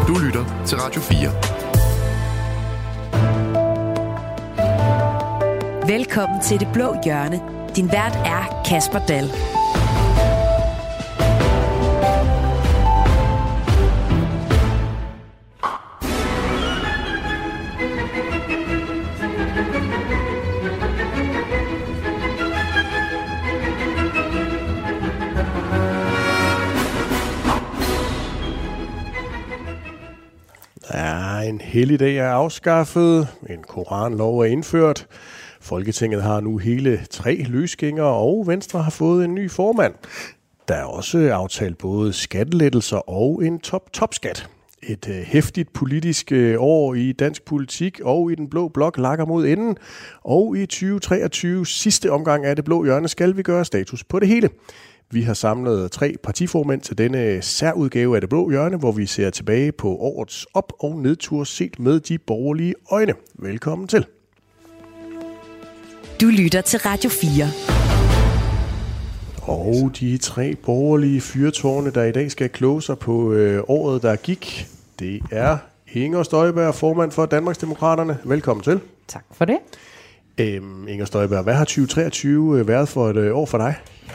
Du lytter til Radio 4. Velkommen til Det Blå Hjørne. Din vært er Kasper Dahl. En helligdag er afskaffet, en koranlov er indført, Folketinget har nu hele 3 løsgængere, og Venstre har fået en ny formand. Der er også aftalt både skattelettelser og en topskat. Et heftigt politisk år i dansk politik og i den blå blok lakker mod enden, og i 2023 sidste omgang af Det Blå Hjørne skal vi gøre status på det hele. Vi har samlet 3 partiformænd til denne særudgave af Det Blå Hjørne, hvor vi ser tilbage på årets op- og nedtur set med de borgerlige øjne. Velkommen til. Du lytter til Radio 4. Og de 3 borgerlige fyrtårne, der i dag skal kloge sig på året, der gik, det er Inger Støjberg, formand for Danmarksdemokraterne. Velkommen til. Tak for det. Inger Støjberg, hvad har 2023 været for et år for dig?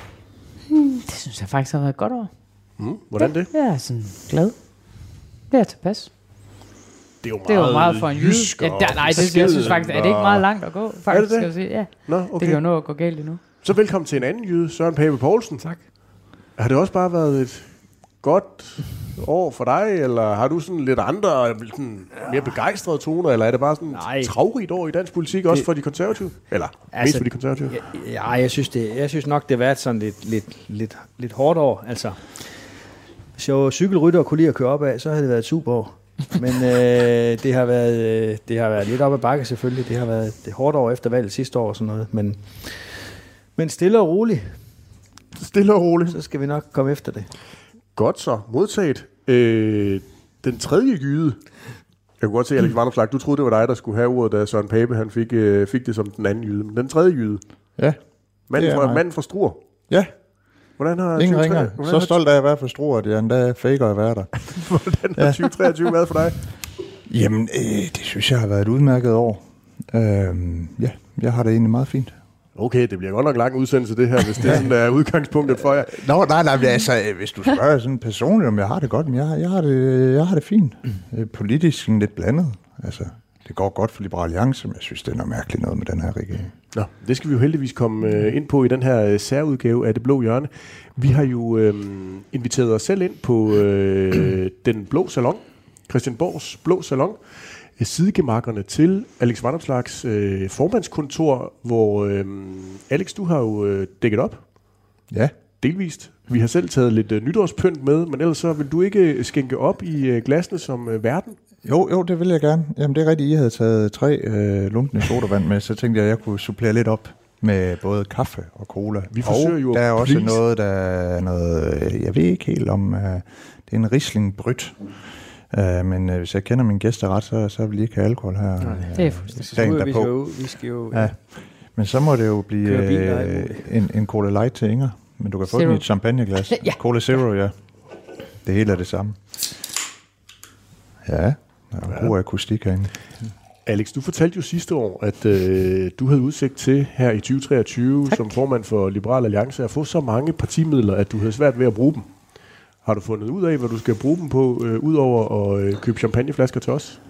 Det synes jeg faktisk har været et godt år. Hvordan det? Jeg er sådan glad. Det er tilpas. Det er jo meget for en jyde. Nej, jeg synes faktisk, er det ikke meget langt at gå? Faktisk, er det det? Skal jeg sige. Ja. Nå, okay. Det kan jo nå at gå galt endnu. Så velkommen til en anden jyde, Søren Pape Poulsen. Tak. Har det også bare været et godt år for dig, eller har du sådan lidt andre, sådan mere begejstrede toner, eller er det bare sådan et travrigt år i dansk politik, også for de konservative? Eller mest for de konservative? Ja, jeg synes nok, det har været sådan lidt hårdt år. Altså, hvis jeg var cykelrytter og kunne lide at køre op af, så havde det været et super år. Men det har været lidt op ad bakke selvfølgelig. Det har været det hårdt år efter valget sidste år og sådan noget. Men stille og roligt. Stille og roligt. Så skal vi nok komme efter det. Godt så. Modtaget. Den tredje jyde. Jeg kunne godt se, Alex Vanopslagh, du troede, det var dig, der skulle have ordet, da Søren Pape han fik det som den anden jyde. Men den tredje jyde. Ja. Manden fra Struer. Ja. Hvordan har ingen ringer. Så stolt af at være for Struer, at jeg endda faker at være der. Hvordan har 2023 været for dig? Jamen, det synes jeg har været et udmærket år. Ja, jeg har det egentlig meget fint. Okay, det bliver godt nok lang udsendelse det her, hvis det er sådan, der er udgangspunktet for jer. Nej, altså, hvis du spørger sådan personligt, om jeg har det godt, men jeg har det fint. Politisk sådan lidt blandet. Altså, det går godt for Liberal Alliance, men jeg synes, det er noget mærkeligt noget med den her regering. Nå, det skal vi jo heldigvis komme ind på i den her særudgave af Det Blå Hjørne. Vi har jo inviteret os selv ind på den blå salon, Christiansborgs blå salon, sidegemakkerne til Alex Vanopslaghs formandskontor, hvor Alex, du har jo dækket op. Ja. Delvist. Vi har selv taget lidt nytårspynt med, men ellers så vil du ikke skænke op i glasene som verden? Jo, det vil jeg gerne. Jamen det er rigtigt, I havde taget 3 lunkne sodavand med, så tænkte jeg kunne supplere lidt op med både kaffe og cola. Vi forsøger jo der er også noget, der er noget, jeg ved ikke helt om, det er en Riesling Brüt. Men hvis jeg kender mine gæster ret, så vil de ikke have alkohol her. Nej, det er fuldstændig. Vi skal jo ja. Men så må det jo blive en Cola Light til Inger. Men du kan få den i et champagneglas. Ja. Cola Zero, ja. Det hele er det samme. Ja, der er god akustik herinde. Alex, du fortalte jo sidste år, at du havde udsigt til her i 2023 som formand for Liberal Alliance at få så mange partimidler, at du havde svært ved at bruge dem. Har du fundet ud af, hvad du skal bruge dem på, udover at købe champagneflasker til os?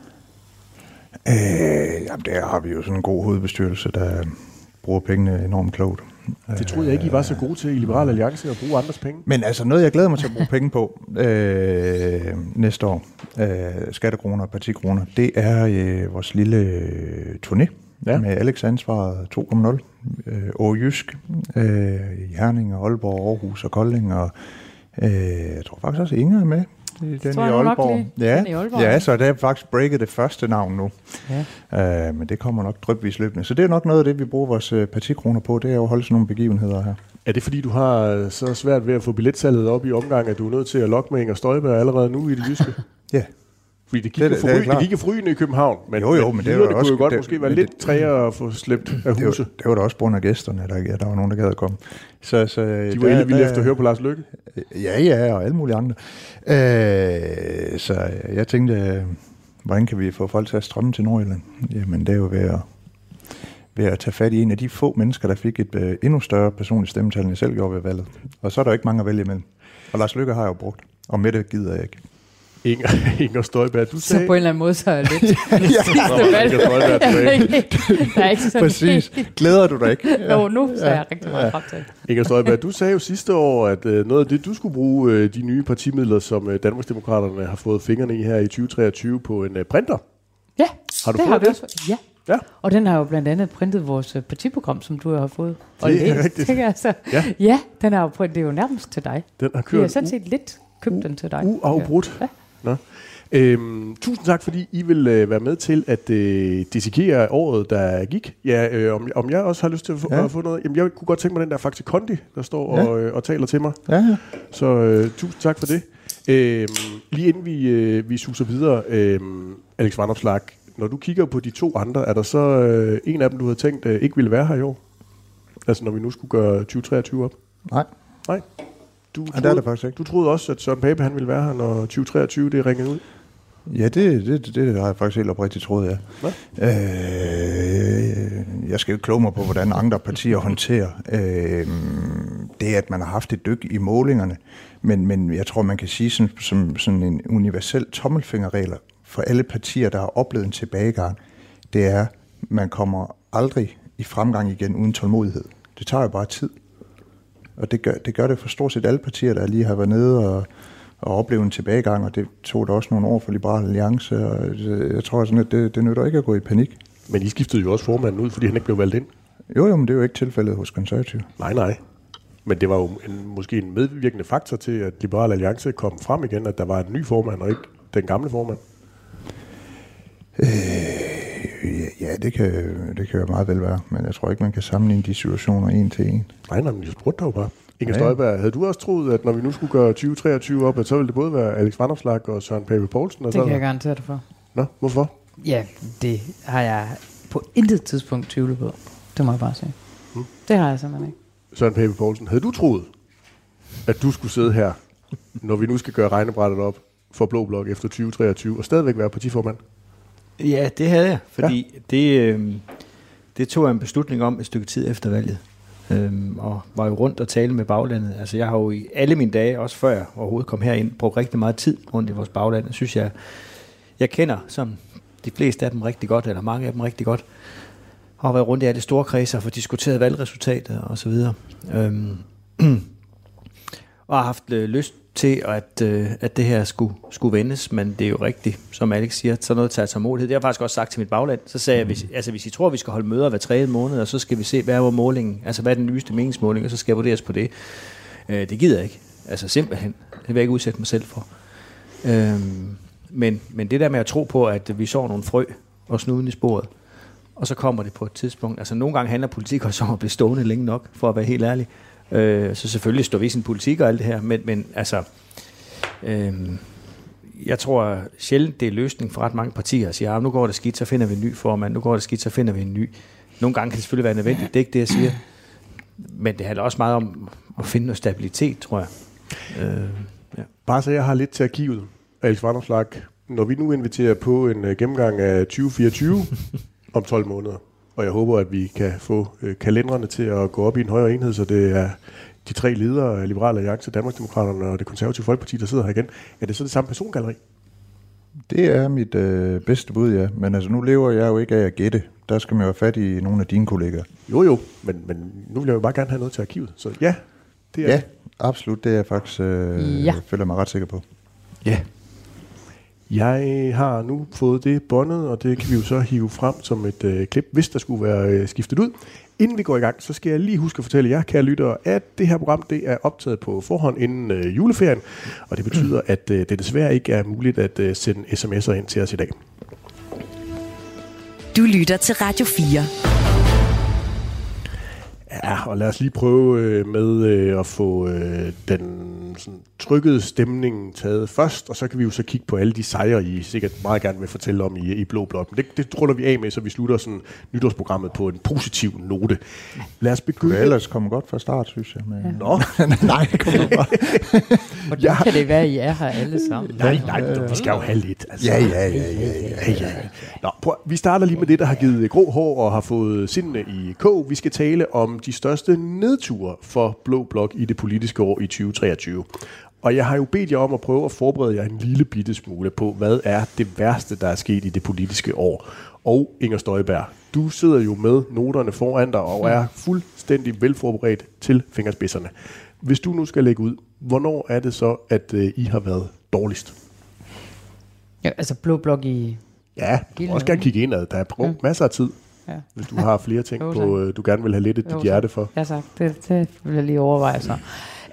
Jamen, der har vi jo sådan en god hovedbestyrelse, der bruger pengene enormt klogt. Det troede jeg ikke, I var så gode til i Liberal Alliance at bruge andres penge. Men altså noget, jeg glæder mig til at bruge penge på næste år, skattekroner og partikroner, det er vores lille turné med Alex Ansvaret 2.0, Aarhus, Herning og Aalborg, Aarhus og Kolding, og jeg tror faktisk også, Inger er med. Den i Aalborg. Ja, så det er faktisk breaket det første navn nu. Ja. Men det kommer nok drypvis løbende. Så det er nok noget af det, vi bruger vores partikroner på, det er jo at holde sådan nogle begivenheder her. Er det fordi, du har så svært ved at få billetsalget op i omgang, at du er nødt til at lokke med Inger Støjberg allerede nu i det jyske? Ja. Fordi det gik jo forrygende i København, men det kunne jo godt måske være lidt træere at få slæbt af huse. Det var da også på grund af gæsterne, der var nogen, der gad at komme. Så de var helt vilde efter at høre på Lars Løkke? Ja, og alle mulige andre. Så jeg tænkte, hvordan kan vi få folk til at strømme til Nordjylland? Jamen, det er jo ved at tage fat i en af de få mennesker, der fik et endnu større personligt stemmetal, end jeg selv gjorde ved valget. Og så er der jo ikke mange at vælge imellem. Og Lars Løkke har jeg jo brugt, og med det gider jeg ikke. Inger Støjberg, du sagde... Så på en eller anden måde, så er det lidt... Der er ikke sådan præcis. Glæder du dig ikke? Jo, nu ser jeg rigtig meget frem til. Inger Støjberg, du sagde jo sidste år, at noget af det, du skulle bruge de nye partimidler, som Danmarksdemokraterne har fået fingrene i her i 2023 på en printer. Ja, har du fået det? Også. Ja, og den har jo blandt andet printet vores partiprogram, som du har fået. Det er rigtigt. Altså. Ja, den har jo printet, det er jo nærmest til dig. Den har kørt. Vi har sådan set lidt købt den til dig. Uafbrudt. Ja. Nå. Tusind tak, fordi I vil være med til at dissekere året, der gik. Ja, om jeg også har lyst til at få noget. Jamen, jeg kunne godt tænke mig den der Faxe Kondi, der står og taler til mig. Ja. Så tusind tak for det. Lige inden vi suser videre, Alex Vanopslagh, når du kigger på de to andre, er der så en af dem, du havde tænkt ikke ville være her i år? Altså, når vi nu skulle gøre 2023 op? Nej. Du troede også, at Søren Pape han ville være her, når 2023 det ringede ud? Ja, det har jeg faktisk helt oprigtigt troet, ja. Jeg skal jo kloge mig på, hvordan andre partier håndterer det, at man har haft et dyk i målingerne. Men jeg tror, man kan sige som sådan en universel tommelfingerregel for alle partier, der har oplevet en tilbagegang, det er, man kommer aldrig i fremgang igen uden tålmodighed. Det tager jo bare tid. Og det gør det for stort set alle partier, der lige har været nede og oplevet en tilbagegang, og det tog da også nogle år for Liberal Alliance, og jeg tror sådan, at det nytter ikke at gå i panik. Men I skiftede jo også formanden ud, fordi han ikke blev valgt ind. Jo, men det er jo ikke tilfældet hos Konservative. Nej. Men det var jo måske en medvirkende faktor til, at Liberal Alliance kom frem igen, at der var en ny formand, og ikke den gamle formand. Ja, det kan jo meget vel være, men jeg tror ikke, man kan sammenligne de situationer en til en. Nej, men jeg spurgte dig jo bare. Inger Støjberg, havde du også troet, at når vi nu skulle gøre 2023 op, at så ville det både være Alex Vanopslagh og Søren Pape Poulsen? Det kan jeg garantere dig for. Nå, hvorfor? Ja, det har jeg på intet tidspunkt tvivlet på. Det må jeg bare sige. Det har jeg simpelthen ikke. Søren Pape Poulsen, havde du troet, at du skulle sidde her, når vi nu skal gøre regnebrættet op for Blå Blok efter 2023, og stadigvæk være partiformand? Ja, det havde jeg, fordi det tog jeg en beslutning om et stykke tid efter valget. Og var jo rundt og tale med baglandet. Altså jeg har jo i alle mine dage, også før jeg overhovedet kom herind, brugt rigtig meget tid rundt i vores bagland. Jeg synes, jeg kender som de fleste af dem rigtig godt, eller mange af dem rigtig godt. Har været rundt i alle store kredser og fået diskuteret valgresultater og så videre. Og har haft lyst til, at det her skulle vendes, men det er jo rigtigt, som Alex siger, så noget tager tålmodighed. Det har jeg faktisk også sagt til mit bagland. Så sagde jeg, hvis I tror, at vi skal holde møder hver 3. måned, og så skal vi se, hvad er målingen, altså hvad er den nyeste meningsmåling, og så skal jeg vurderes på det. Det gider jeg ikke. Altså simpelthen. Det vil jeg ikke udsætte mig selv for. Men det der med at tro på, at vi så nogle frø og snuden i sporet, og så kommer det på et tidspunkt. Altså nogle gange handler politik også om at blive stående længe nok, for at være helt ærlig. Så selvfølgelig står vi i sin politik og alt det her, men altså, jeg tror sjældent, det er løsning for ret mange partier at sige, nu går det skidt, så finder vi en ny formand, nu går det skidt, så finder vi en ny. Nogle gange kan det selvfølgelig være nødvendigt, det er ikke det, jeg siger, men det handler også meget om at finde noget stabilitet, tror jeg. Ja. Bare så jeg har lidt til arkivet, Alex Vanopslagh, når vi nu inviterer på en gennemgang af 2024 om 12 måneder, og jeg håber, at vi kan få kalenderne til at gå op i en højere enhed, så det er de 3 ledere af Liberal Alliance, Danmarksdemokraterne og det Konservative Folkeparti, der sidder her igen. Er det så det samme persongalleri? Det er mit bedste bud, ja. Men altså, nu lever jeg jo ikke af at gætte. Der skal man jo have fat i nogle af dine kollegaer. Jo, men nu vil jeg jo bare gerne have noget til arkivet. Så ja, det er ja, absolut. Det er jeg faktisk føler mig ret sikker på. Ja. Jeg har nu fået det båndet, og det kan vi jo så hive frem som et klip, hvis der skulle være skiftet ud. Inden vi går i gang, så skal jeg lige huske at fortælle jer, kære lyttere, at det her program det er optaget på forhånd inden juleferien, og det betyder, at det desværre ikke er muligt at sende sms'er ind til os i dag. Du lytter til Radio 4. Ja, og lad os lige prøve med at få den sådan, trykkede stemning taget først, og så kan vi jo så kigge på alle de sejre, I sikkert meget gerne vil fortælle om i Blå Blok. Men det ruller vi af med, så vi slutter sådan nytårsprogrammet på en positiv note. Lad os begynde. Det ellers komme godt fra start, synes jeg. Men... Nå. Nej, det kommer bare. Hvordan kan det være, I er her alle sammen? Nej, vi skal jo have lidt. Altså. Ja. Nå, vi starter lige med det, der har givet grå hår og har fået sindene i kog. Vi skal tale om de største nedture for Blå Blok i det politiske år i 2023. Og jeg har jo bedt jer om at prøve at forberede jer en lille bitte smule på, hvad er det værste, der er sket i det politiske år. Og Inger Støjberg, du sidder jo med noterne foran dig og er fuldstændig velforberedt til fingerspidserne. Hvis du nu skal lægge ud, hvornår er det så, at I har været dårligst? Ja, altså Blå Blok i... Ja, du må også gerne kigge indad. Der er masser af tid, hvis du har flere ting, du gerne vil have lidt dit hjerte for. Ja, tak. Det vil jeg lige overveje så.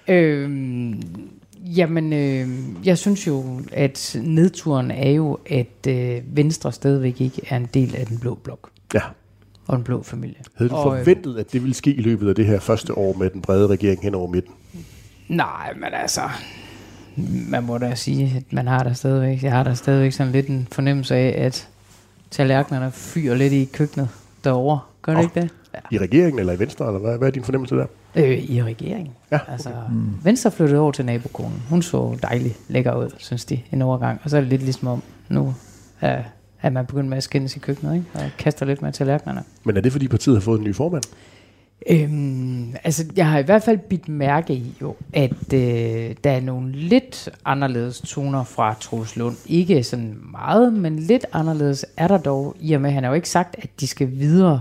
Jeg synes jo, at nedturen er jo, at Venstre stadigvæk ikke er en del af den Blå Blok. Ja. Og en blå familie. Havde du forventet, at det ville ske i løbet af det her første år med den brede regering hen over midten? Nej, men altså... Man må da sige, at man har der stadigvæk. Jeg har der stadigvæk sådan lidt en fornemmelse af, at tallerkenerne fyrer lidt i køkkenet derovre. Gør det ikke det? Ja. I regeringen eller i Venstre, eller hvad er din fornemmelse der? I regeringen. Ja. Altså, Venstre flyttede over til nabokonen. Hun så dejligt lækker ud, synes de, en overgang. Og så er det lidt ligesom om, nu er man begyndt med at skændes i køkkenet, ikke? Og kaster lidt med tallerkenerne. Men er det, fordi partiet har fået en ny formand? Altså, jeg har i hvert fald bidt mærke i, jo, at der er nogle lidt anderledes toner fra Troels Lund. Ikke sådan meget, men lidt anderledes er der dog, i og med, han har jo ikke sagt, at de skal videre,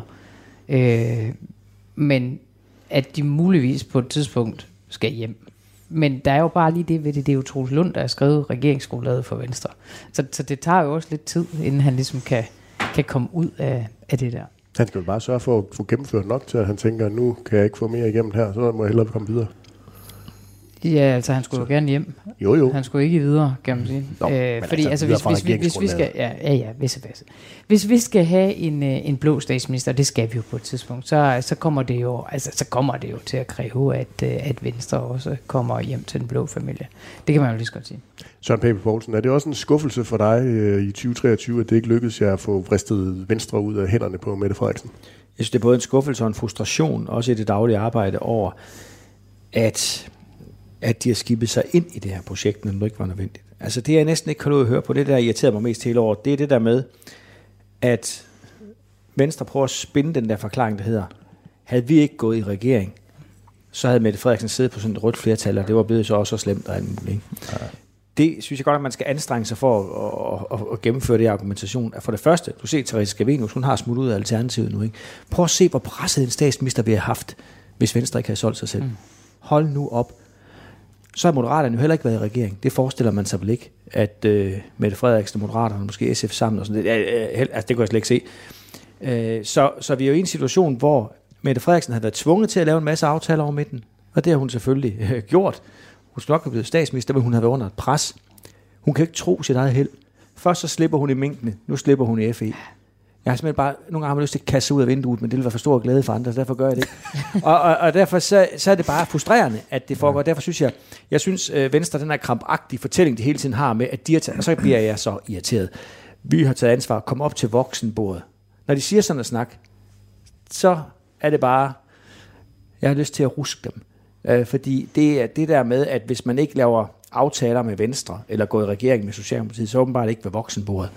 men at de muligvis på et tidspunkt skal hjem. Men der er jo bare lige det ved det, det er jo Troels Lund, der har skrevet regeringsgrundlaget for Venstre. Så det tager jo også lidt tid, inden han ligesom kan komme ud af det der. Han skal jo bare sørge for at få gennemført nok til, at han tænker, nu kan jeg ikke få mere igennem her, så må jeg hellere komme videre. Ja, altså han skulle jo gerne hjem. Jo. Han skulle ikke videre, kan man sige. Fordi altså, hvis vi skal... Ja, visse. Hvis vi skal have en blå statsminister, det skal vi jo på et tidspunkt, så kommer det jo til at kræve, at Venstre også kommer hjem til den blå familie. Det kan man jo lige så godt sige. Søren Pape Poulsen, er det også en skuffelse for dig i 2023, at det ikke lykkedes jer at få vristet Venstre ud af hænderne på Mette Frederiksen? Jeg synes, det er både en skuffelse og en frustration, også i det daglige arbejde over, at de har skibet sig ind i det her projekt, når det ikke var nødvendigt. Altså det, jeg næsten ikke kan lade at høre på, det der irriterede mig mest hele året, det er det der med, at Venstre prøver at spinde den der forklaring, der hedder, havde vi ikke gået i regering, så havde Mette Frederiksen siddet på sådan et rødt flertal, og det var blevet så også så slemt og alt muligt. Ja. Det synes jeg godt, at man skal anstrenge sig for at gennemføre det argumentation. For det første, du ser Therese Scavenius, hun har smuttet ud af Alternativet nu. Ikke? Prøv at se, hvor presset en statsminister vi har haft, hvis Venstre ikke havde solgt sig selv. Hold nu op. Så har Moderaterne jo heller ikke været i regering. Det forestiller man sig vel ikke, at Mette Frederiksen og Moderaterne, måske SF sammen, og sådan det. Altså, det kunne jeg slet ikke se. Så vi er jo i en situation, hvor Mette Frederiksen har været tvunget til at lave en masse aftaler over midten, og det har hun selvfølgelig gjort. Hun skulle nok have blevet statsminister, men hun har været under et pres. Hun kan ikke tro sit eget held. Først så slipper hun i mængdene, nu slipper hun i FE. Jeg har simpelthen bare, nogle gange har man lyst til at kaste ud af vinduet, men det vil være for stor glæde for andre, så derfor gør jeg det ikke. og derfor så er det bare frustrerende, at det foregår. Derfor synes jeg synes Venstre, den her krampagtige fortælling, de hele tiden har med, at de har taget, og så bliver jeg så irriteret. Vi har taget ansvar, kom op til voksenbordet. Når de siger sådan en snak, så er det bare, jeg har lyst til at ruske dem. Fordi det er det der med, at hvis man ikke laver aftaler med Venstre, eller går i regering med Socialdemokratiet, så åbenbart ikke ved voksenbordet.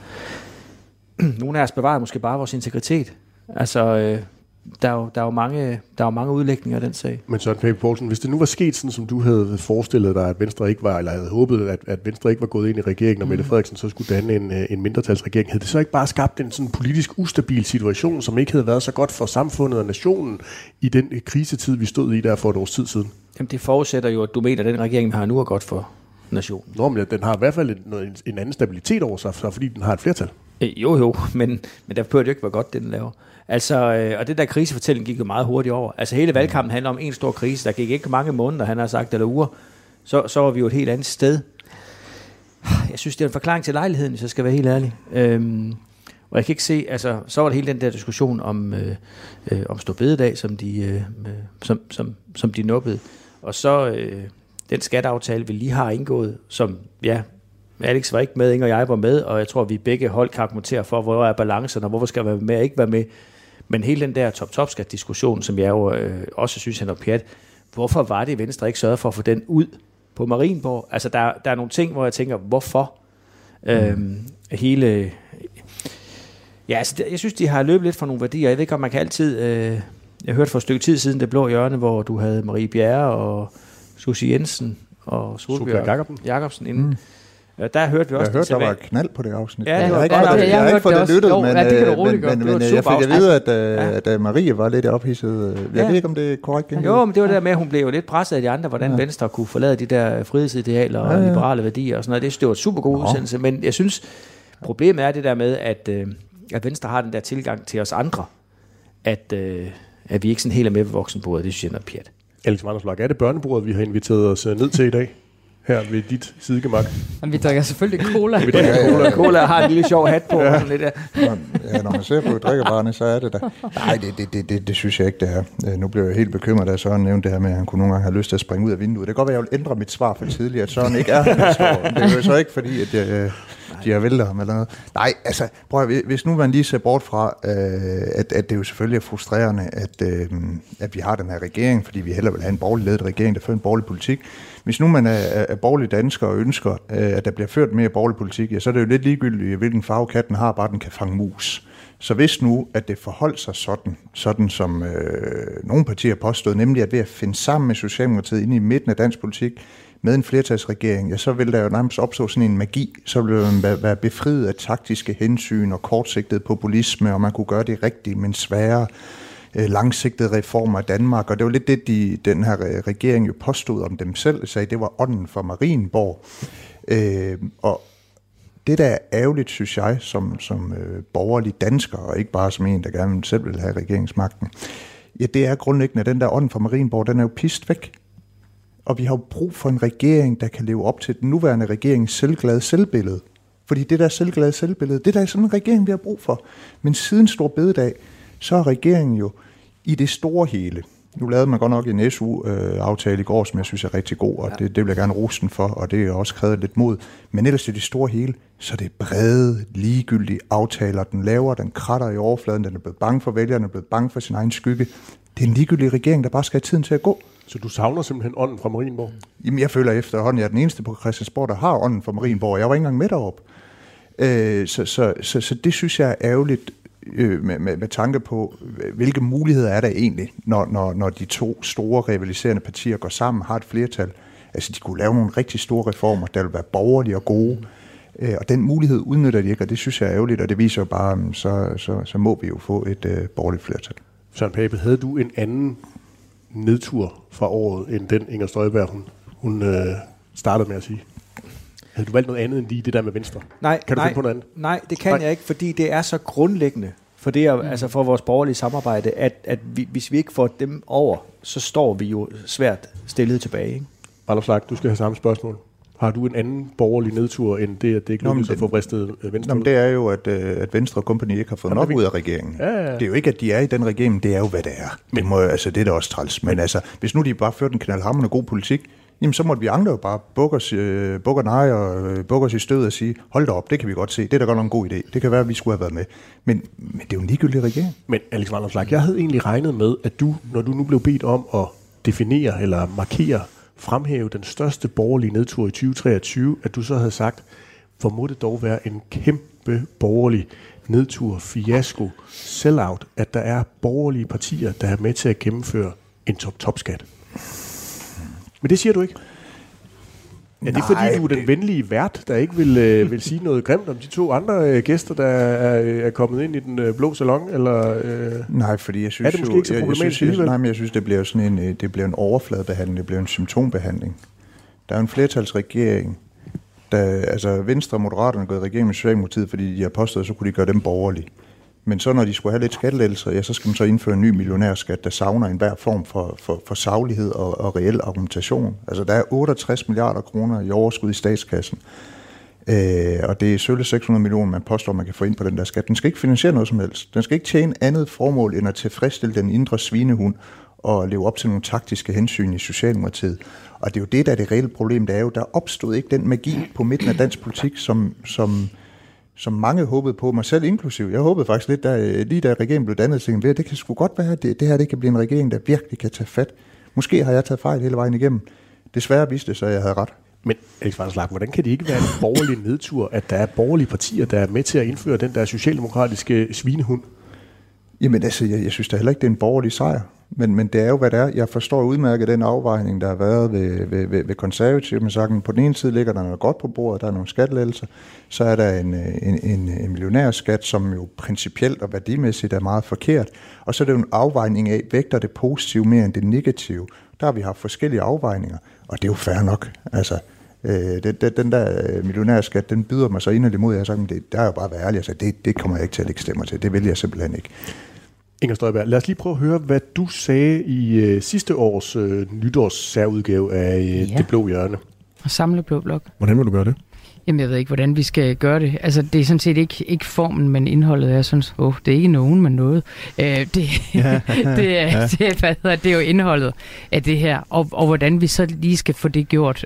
Nogle af os bevarer måske bare vores integritet. Altså, der er jo mange udlægninger af den sag. Men Søren Pape Poulsen, hvis det nu var sket sådan, som du havde forestillet dig, at Venstre ikke var, eller havde håbet, at Venstre ikke var gået ind i regeringen, og Mette Frederiksen så skulle danne en mindretalsregering, havde det så ikke bare skabt en sådan politisk ustabil situation, som ikke havde været så godt for samfundet og nationen i den krisetid, vi stod i der for et års tid siden? Jamen, det forudsætter jo, at du mener, at den regering, vi har nu, er godt for nationen. Nå, men den har i hvert fald en anden stabilitet over sig, fordi den har et flertal. Jo, men der behøver det jo ikke være godt, det den laver. Altså, og det der krisefortælling gik jo meget hurtigt over. Altså hele valgkampen handler om en stor krise. Der gik ikke mange måneder, han har sagt, eller uger. Så var vi jo et helt andet sted. Jeg synes, det er en forklaring til lejligheden, hvis jeg skal være helt ærlig. Og jeg kan ikke se, altså, så var det hele den der diskussion om store bededag, som de nubbede. Og så den skatteaftale, vi lige har indgået, som, ja, Alex var ikke med, Inger og jeg var med, og jeg tror, vi begge hold kan argumentere for, hvor er balancen, og hvorfor skal være med og ikke være med. Men hele den der top-top-skat-diskussion, som jeg jo også synes, han var pjat, hvorfor var det, Venstre ikke sørgede for at få den ud på Marienborg? Altså, der er nogle ting, hvor jeg tænker, hvorfor? Hele... Ja, altså, jeg synes, de har løbet lidt fra nogle værdier. Jeg ved ikke, om man kan altid... jeg hørte for et stykke tid siden, Det Blå Hjørne, hvor du havde Marie Bjerre og Susie Jensen og Solbjørg Jacobsen inden. Der hørte vi også... Jeg hørte, der var knald på det afsnit. Ja, jeg har ikke fået det lyttet, men jeg fik at vide, at Marie var lidt ophidset. Jeg ved ikke, om det er korrekt. Jo, men det var det der med, at hun blev jo lidt presset af de andre, hvordan Venstre kunne forlade de der frihedsidealer og liberale værdier og sådan noget. Det var et super god udsendelse, men jeg synes, problemet er det der med, at Venstre har den der tilgang til os andre, at vi ikke sådan helt er med på voksenbordet. Det synes jeg er noget pjat. Alex Vanopslagh, er det børnebordet, vi har inviteret os ned til i dag? Her ved dit sidegemak. Vi drikker selvfølgelig cola. Vi drikker cola. Cola har en lille sjov hat på. Ja. Sådan lidt der. Ja, når man ser på drikkevarerne, så er det der. Nej, det synes jeg ikke, det er. Nu blev jeg helt bekymret, da Søren nævnte det her med, at han kunne nogle gange have lyst til at springe ud af vinduet. Det kan godt være, at jeg vil ændre mit svar for tidligere, at Søren ikke er her. Det er jo så ikke fordi, at de har væltet ham eller noget. Nej, altså, prøv at, hvis nu man lige ser bort fra, at det jo selvfølgelig er frustrerende, at vi har den her regering, fordi vi hellere vil have en borgerlig ledet regering, der fører en borgerlig politik. Hvis nu man er borgerlig dansker og ønsker, at der bliver ført mere borgerlig politik, ja, så er det jo lidt ligegyldigt, hvilken farve katten har, bare den kan fange mus. Så hvis nu, at det forholdt sig sådan som nogle partier påstod, nemlig at ved at finde sammen med Socialdemokratiet inde i midten af dansk politik, med en flertalsregering, ja, så vil der jo nærmest opstå sådan en magi. Så vil man være befriet af taktiske hensyn og kortsigtet populisme, og man kunne gøre det rigtigt, men svære langsigtede reformer af Danmark. Og det var lidt det, den her regering jo påstod om dem selv, sagde, det var ånden for Marienborg. Og det, der er ærgerligt, synes jeg, som borgerlig dansker, og ikke bare som en, der gerne selv vil have regeringsmagten, ja, det er grundlæggende, at den der ånd for Marienborg, den er jo pist væk. Og vi har jo brug for en regering, der kan leve op til den nuværende regerings selvglade selvbillede. Fordi det der selvglade selvbillede, det der er sådan en regering, vi har brug for. Men siden store bededag, så er regeringen jo i det store hele. Nu lavede man godt nok en SU-aftale i går, som jeg synes er rigtig god, og det vil jeg gerne rose den for, og det er også krævet lidt mod. Men ellers i det store hele, så er det brede, ligegyldige aftaler. Den laver, den kratter i overfladen, den er blevet bange for vælgerne, den er blevet bange for sin egen skygge. Det er en ligegyldig regering, der bare skal have tiden til at gå. Så du savner simpelthen ånden fra Marienborg? Jamen, jeg føler efterhånden, jeg er den eneste på Christiansborg, der har ånden fra Marienborg, og jeg var ikke engang med deroppe. Så det synes jeg er ærgerligt, med tanke på, hvilke muligheder er der egentlig, når de to store rivaliserende partier går sammen, har et flertal. Altså, de kunne lave nogle rigtig store reformer, der vil være borgerlige og gode, og den mulighed udnytter de ikke, og det synes jeg er ærgerligt, og det viser jo bare, så må vi jo få et borgerligt flertal. Søren Pape, havde du en anden nedtur fra året, end den Inger Støjberg, hun startede med at sige? Havde du valgt noget andet end lige det der med Venstre? Kan du finde på noget andet? Nej, det kan jeg ikke, fordi det er så grundlæggende for det, altså for vores borgerlige samarbejde, at hvis vi ikke får dem over, så står vi jo svært stillet tilbage. Ikke? Vanopslagh, du skal have samme spørgsmål. Har du en anden borgerlig nedtur, end det, at det ikke lykkedes at få bristet Venstre? Det er jo, at Venstre og Company ikke har fået nok ud af regeringen. Ja. Det er jo ikke, at de er i den regering, det er jo, hvad det er. Det er da også træls. Men altså, hvis nu de bare førte en knaldhamrende god politik, jamen så måtte vi andre jo bare bukke os i stødet og sige, hold da op, det kan vi godt se, det er da godt nok en god idé. Det kan være, at vi skulle have været med. Men det er jo en ligegyldig regering. Men Alex Vanopslagh, jeg havde egentlig regnet med, at du, når du nu blev bedt om at definere eller markere, fremhæve den største borgerlige nedtur i 2023, at du så havde sagt, hvor må det dog være en kæmpe borgerlig nedtur, fiasko, sellout, at der er borgerlige partier, der er med til at gennemføre en top-top-skat. Men det siger du ikke. Er det fordi, du er den venlige vært, der ikke vil sige noget grimt om de to andre gæster, der er kommet ind i den blå salon? Eller, nej, fordi jeg synes er det måske ikke så problematisk alligevel? Nej, men jeg synes, det bliver sådan en overfladebehandling, det bliver en symptombehandling. Der er jo en flertalsregering, altså Venstre og Moderaterne er gået i regering med Socialdemokratiet, fordi de har påstået, så kunne de gøre dem borgerlige. Men så når de skulle have lidt skattelettelser, ja, så skal man så indføre en ny millionærskat, der savner enhver form for saglighed og reel argumentation. Altså der er 68 milliarder kroner i overskud i statskassen. Og det er sølle 600 millioner, man påstår, man kan få ind på den der skat. Den skal ikke finansiere noget som helst. Den skal ikke tjene andet formål, end at tilfredsstille den indre svinehund og leve op til nogle taktiske hensyn i Socialdemokratiet. Og det er jo det, der er det reelle problem. Det er jo, der opstod ikke den magi på midten af dansk politik, som mange håbede på, mig selv inklusiv. Jeg håbede faktisk lidt, lige da regeringen blev dannet, tænkte jeg, det kan sgu godt være, det her det kan blive en regering, der virkelig kan tage fat. Måske har jeg taget fejl hele vejen igennem. Desværre viste det så, at jeg havde ret. Men Alex Vanopslagh, hvordan kan det ikke være en borgerlig nedtur, at der er borgerlige partier, der er med til at indføre den der socialdemokratiske svinehund? Jamen altså, jeg synes da heller ikke, det er en borgerlig sejr. Men det er jo, hvad det er. Jeg forstår udmærket den afvejning, der har været ved konservative. Men sagt, på den ene side ligger der noget godt på bordet, der er nogle skattelettelser. Så er der en millionærskat, som jo principielt og værdimæssigt er meget forkert. Og så er det jo en afvejning af, vægter det positive mere end det negative. Der har vi haft forskellige afvejninger, og det er jo fair nok. Altså, den der millionærskat, den byder mig så inderligt imod. Jeg har sagt, der er jo bare at være ærlig. Altså, det kommer jeg ikke til at lægge stemmer til. Det vil jeg simpelthen ikke. Inger Støjberg, lad os lige prøve at høre, hvad du sagde i sidste års nytårssærudgave af Det Blå Hjørne. Og samle Blå Blok. Hvordan vil du gøre det? Jamen, jeg ved ikke, hvordan vi skal gøre det. Altså, det er sådan set ikke formen, men indholdet. Jeg synes, det er ikke nogen, men noget. Det er jo indholdet af det her, og hvordan vi så lige skal få det gjort.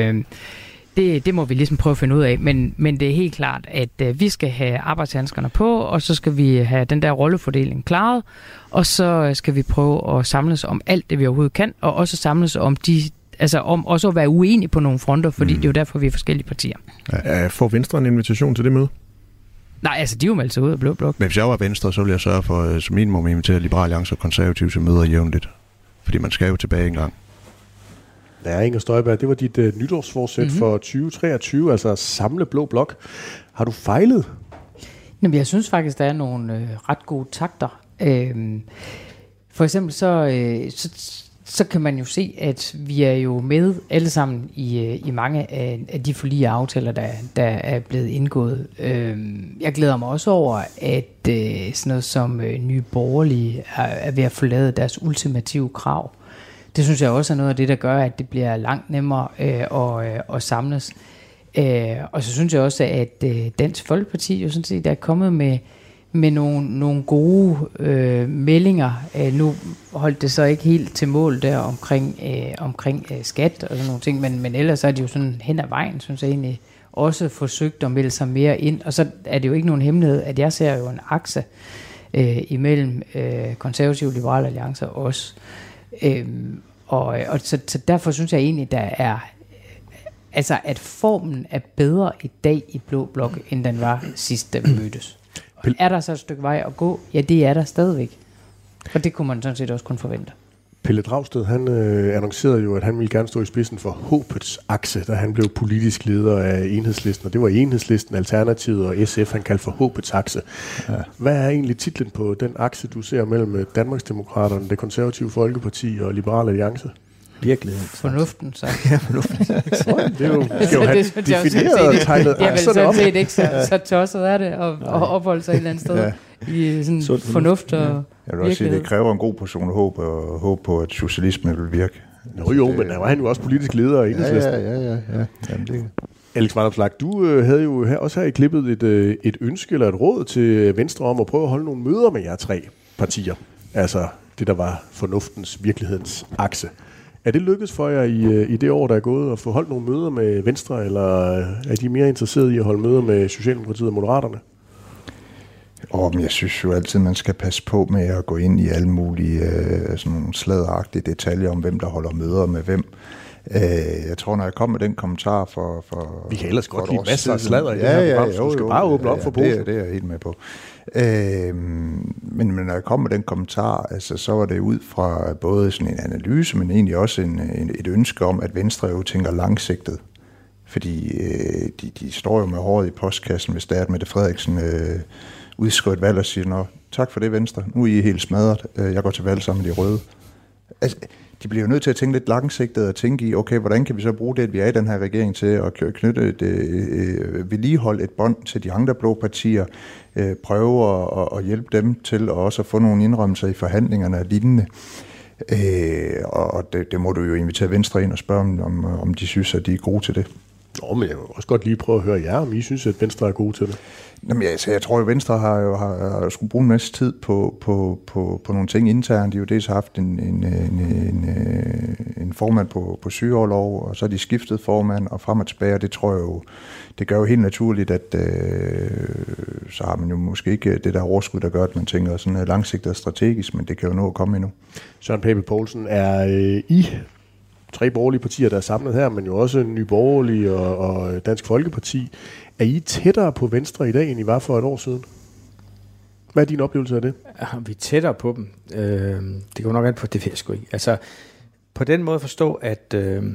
Det må vi ligesom prøve at finde ud af, men det er helt klart, at vi skal have arbejdshandskerne på, og så skal vi have den der rollefordeling klaret, og så skal vi prøve at samles om alt det, vi overhovedet kan, og også samles om om også at være uenige på nogle fronter, fordi det er jo derfor, vi er forskellige partier. Får Venstre en invitation til det møde? Nej, altså de er jo meldt sig ud af Blå Blok. Men hvis jeg var Venstre, så ville jeg sørge for som minimum at invitere Liberal Alliance og Konservative til møder jævnligt. Fordi man skal jo tilbage engang. Ja, Inger Støjberg, det var dit nytårsforsæt for 2023, altså samle Blå Blok. Har du fejlet? Jamen, jeg synes faktisk, der er nogle ret gode takter. For eksempel så kan man jo se, at vi er jo med alle sammen i mange af de forlige aftaler, der er blevet indgået. Jeg glæder mig også over, at sådan noget som Nye Borgerlige er ved at forlade deres ultimative krav. Det synes jeg også er noget af det, der gør, at det bliver langt nemmere at samles. Og så synes jeg også, at Dansk Folkeparti jo sådan set er kommet med nogle gode meldinger. Nu holdt det så ikke helt til mål der omkring skat og sådan nogle ting, men ellers er det jo sådan hen ad vejen, synes jeg egentlig, også forsøgt at melde sig mere ind. Og så er det jo ikke nogen hemmelighed, at jeg ser jo en akse imellem Konservative og Liberal Alliance og os. Så derfor synes jeg egentlig, der er altså at formen er bedre i dag i Blå Blok, end den var sidst, da vi mødtes. Er der så et stykke vej at gå? Ja, det er der stadigvæk. Og det kunne man sådan set også kun forvente. Pelle Dragsted, han annoncerede jo, at han ville gerne stå i spidsen for håbets akse, da han blev politisk leder af Enhedslisten. Og det var Enhedslisten, Alternativet og SF, han kaldte for håbets akse. Ja. Hvad er egentlig titlen på den akse, du ser mellem Danmarksdemokraterne, Det Konservative Folkeparti og Liberal Alliance? Virkeligheden. Fornuften, så. Ja, fornuften. Det er jo defineret og tegnet. Det er vel sådan set ikke så tosset er det at opholde sig et eller andet sted i sådan fornuft og jeg vil også sige, det kræver en god portion håb og håb på, at socialismen vil virke. Jo, men der var han jo også politisk leder af Enhedslisten. Ja. Jamen, det. Alex Vanopslagh, du havde jo også her i klippet et ønske eller et råd til Venstre om at prøve at holde nogle møder med jer tre partier. Altså det, der var fornuftens, virkelighedens akse. Er det lykkedes for jer i det år, der er gået, at få holdt nogle møder med Venstre, eller er de mere interesserede i at holde møder med Socialdemokratiet og Moderaterne? Men jeg synes jo altid, man skal passe på med at gå ind i alle mulige sådan nogle sladderagtige detaljer om, hvem der holder møder med hvem. Jeg tror, når jeg kom med den kommentar for vi kan ellers godt lide masser af sladder i det her program, så du skal bare åbne op for posen. Det er jeg helt med på. Men når jeg kom med den kommentar, altså, så var det ud fra både sådan en analyse, men egentlig også et ønske om, at Venstre jo tænker langsigtet. Fordi de står jo med håret i postkassen, hvis det er, at Mette Frederiksen udskriver et valg og siger, nå, tak for det Venstre, nu er I helt smadret, jeg går til valg sammen med de røde. Altså, de bliver jo nødt til at tænke lidt langsigtet og tænke i, okay, hvordan kan vi så bruge det, at vi er i den her regering til at knytte vedligeholde et bånd til de andre blå partier, prøve at hjælpe dem til at også få nogle indrømmelser i forhandlingerne og lignende. Og det må du jo invitere Venstre ind og spørge om de synes, at de er gode til det. Men jeg vil også godt lige prøve at høre jer, om I synes, at Venstre er gode til det. Jamen, jeg tror jo, Venstre har skulle bruge en masse tid på nogle ting internt. De har jo dels haft en formand på sygeorlov, og så har de skiftet formand og frem og tilbage, og det tror jeg jo, det gør jo helt naturligt, at så har man jo måske ikke det der overskud, der gør, at man tænker sådan langsigtet og strategisk, men det kan jo nå at komme endnu. Søren Pape Poulsen, er I 3 borgerlige partier, der er samlet her, men jo også Nye Borgerlige og Dansk Folkeparti. Er I tættere på Venstre i dag, end I var for et år siden? Hvad er din oplevelse af det? Vi er tættere på dem. Det går nok an på, det ved jeg sgu ikke. Altså, på den måde forstå, at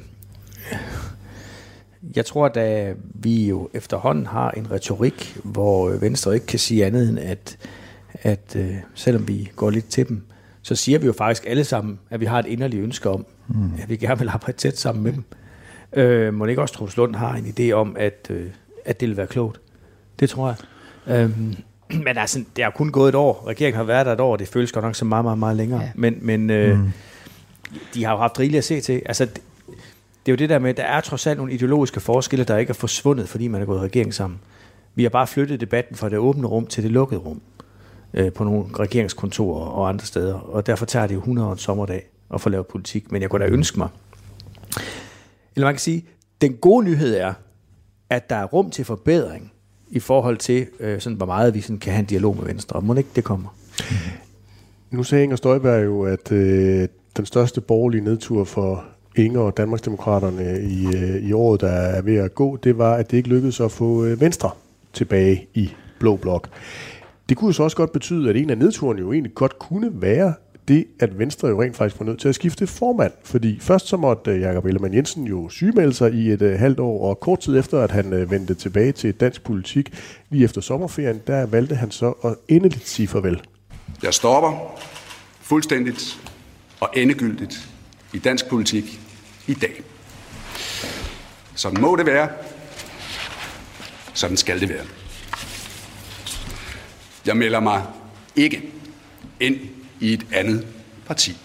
jeg tror, at vi jo efterhånden har en retorik, hvor Venstre ikke kan sige andet end, at selvom vi går lidt til dem, så siger vi jo faktisk alle sammen, at vi har et inderligt ønske om, at vi gerne vil arbejde tæt sammen med dem. Må ikke også Troels Lund har en idé om, at det vil være klogt? Det tror jeg. Men altså, det har kun gået et år. Regeringen har været der et år, det føles godt nok så meget, meget, meget længere. Ja. Men de har jo haft rigeligt at se til. Altså, det er jo det der med, at der er trods alt nogle ideologiske forskelle, der ikke er forsvundet, fordi man er gået i regering sammen. Vi har bare flyttet debatten fra det åbne rum til det lukkede rum på nogle regeringskontorer og andre steder. Og derfor tager det jo 100 år en sommerdag at få lavet politik. Men jeg kunne da ønske mig. Eller man kan sige, den gode nyhed er, at der er rum til forbedring i forhold til, sådan, hvor meget vi sådan kan have en dialog med Venstre. Må ikke det kommer? Nu sagde Inger Støjberg jo, at den største borgerlige nedtur for Inger og Danmarksdemokraterne i året, der er ved at gå, det var, at det ikke lykkedes at få Venstre tilbage i Blå Blok. Det kunne jo så også godt betyde, at en af nedturene jo egentlig godt kunne være det, at Venstre jo rent faktisk var nødt til at skifte formand. Fordi først så måtte Jakob Ellemann-Jensen jo sygemelde sig i et halvt år, og kort tid efter, at han vendte tilbage til dansk politik, lige efter sommerferien, der valgte han så at endeligt sige farvel. Jeg stopper fuldstændigt og endegyldigt i dansk politik i dag. Sådan må det være. Sådan skal det være. Jeg melder mig ikke ind i et andet parti.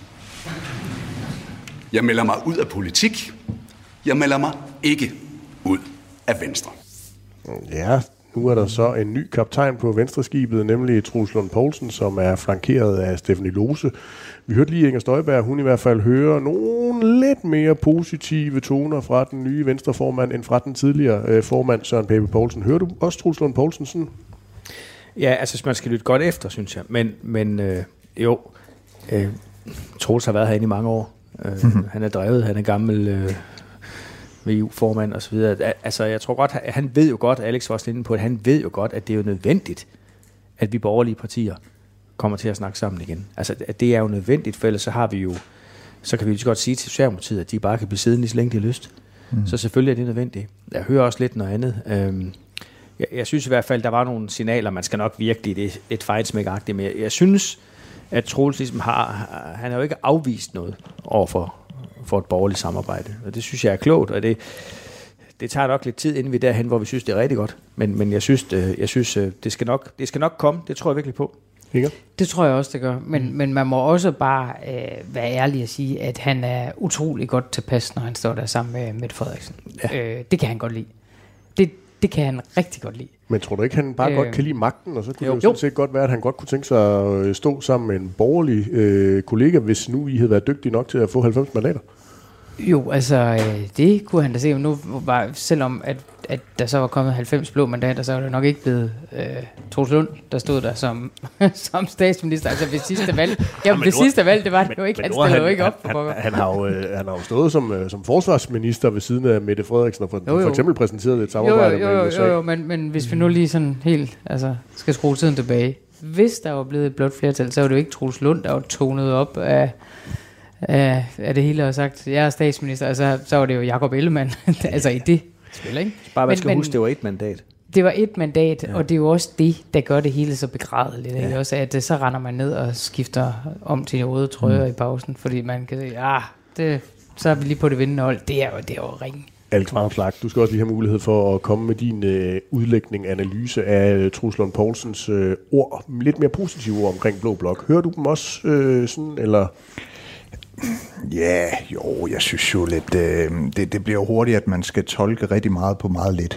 Jeg melder mig ud af politik. Jeg melder mig ikke ud af Venstre. Ja, nu er der så en ny kaptajn på Venstreskibet, nemlig Troels Lund Poulsen, som er flankeret af Stephanie Lose. Vi hørte lige Inger Støjberg, hun i hvert fald hører nogle lidt mere positive toner fra den nye Venstreformand, end fra den tidligere formand Søren Pape Poulsen. Hører du også Troels Lund Poulsen sådan? Ja, altså man skal lytte godt efter, synes jeg. Men Troels har været herinde i mange år. Han er drevet, han er gammel VU-formand og så videre. Altså jeg tror godt, han ved jo godt, Alex var også inde på, at han ved jo godt, at det er jo nødvendigt, at vi borgerlige partier kommer til at snakke sammen igen. Altså at det er jo nødvendigt, for ellers så kan vi jo godt sige til Socialdemokratiet, at de bare kan blive siddende lige så længe de har lyst. Så selvfølgelig er det nødvendigt. Jeg hører også lidt noget andet. Jeg synes i hvert fald, der var nogle signaler, man skal nok virkelig, det er et fejlsmæk-agtigt, men jeg synes, at Troels ligesom han har jo ikke afvist noget overfor et borgerligt samarbejde, og det synes jeg er klogt, og det tager nok lidt tid, inden vi er derhen, hvor vi synes, det er rigtig godt, men jeg synes det skal nok komme, det tror jeg virkelig på. Inger? Det tror jeg også, det gør, men man må også bare være ærlig at sige, at han er utrolig godt tilpas, når han står der sammen med Mette Frederiksen. Ja. Det kan han godt lide. Det kan han rigtig godt lide. Men tror du ikke, han bare godt kan lide magten, og så kunne det jo sådan set godt være, at han godt kunne tænke sig at stå sammen med en borgerlig kollega, hvis nu I havde været dygtige nok til at få 90 mandater? Jo, altså det kunne han da se. Nu var, selvom at der så var kommet 90 blå mandater, så var det nok ikke blevet Troels Lund, der stod der som statsminister. Altså ved sidste valg. Jamen ved sidste valg, det var det jo ikke. Han stillede jo ikke op. Han har jo stået som forsvarsminister ved siden af Mette Frederiksen, og for eksempel præsenteret et samarbejde med USA. Jo, men hvis vi nu lige sådan helt skal skrue tiden tilbage. Hvis der var blevet et blåt flertal, så var det jo ikke Troels Lund, der var tonet op af det hele og sagt, jeg er statsminister, altså så var det jo Jakob Ellemann, altså i det spil, ikke? Bare man skal huske, det var et mandat. Det var et mandat, ja. Og det er jo også det, der gør det hele så begradeligt, ikke? Også, at så render man ned og skifter om til de røde trøjer i pausen, fordi man kan sige, så er vi lige på det vindende hold, det er jo ringe. Alex Vanopslagh, du skal også lige have mulighed for at komme med din udlægning, analyse af Troels Lund Poulsens ord, lidt mere positive ord omkring Blå Blok. Hører du dem også sådan, eller? Ja, jo, jeg synes jo lidt, det bliver hurtigt, at man skal tolke rigtig meget på meget lidt.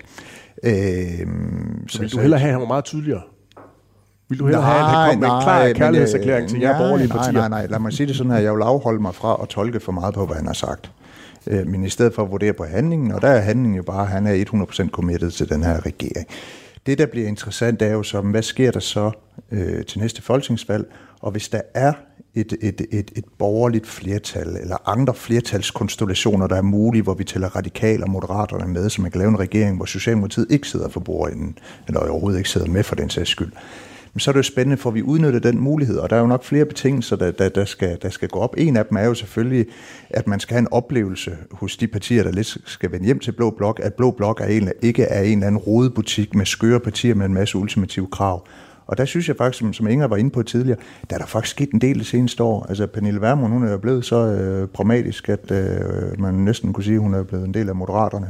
Vil du hellere have, at han var meget tydeligere? Vil du hellere have, at han kom med en klar kærlighedserklæring til jer borgerlige partier? Nej, lad mig sige det sådan her. Jeg vil afholde mig fra at tolke for meget på, hvad han har sagt. Men i stedet for at vurdere på handlingen, og der er handlingen jo bare, at han er 100% committed til den her regering. Det, der bliver interessant, er jo så, hvad sker der så til næste folketingsvalg, og hvis der er et borgerligt flertal, eller andre flertalskonstellationer, der er mulige, hvor vi tæller radikale og moderaterne med, så man kan lave en regering, hvor Socialdemokratiet ikke sidder for bordenden, eller overhovedet ikke sidder med for den sags skyld. Men så er det jo spændende, for vi udnytter den mulighed, og der er jo nok flere betingelser, der skal gå op. En af dem er jo selvfølgelig, at man skal have en oplevelse hos de partier, der lidt skal vende hjem til Blå Blok, at Blå Blok ikke er en eller anden rodebutik med skøre partier med en masse ultimative krav. Og der synes jeg faktisk, som Inger var inde på tidligere, der er der faktisk sket en del det seneste år. Altså Pernille Vermund, hun er jo blevet så pragmatisk, at man næsten kunne sige, at hun er blevet en del af Moderaterne.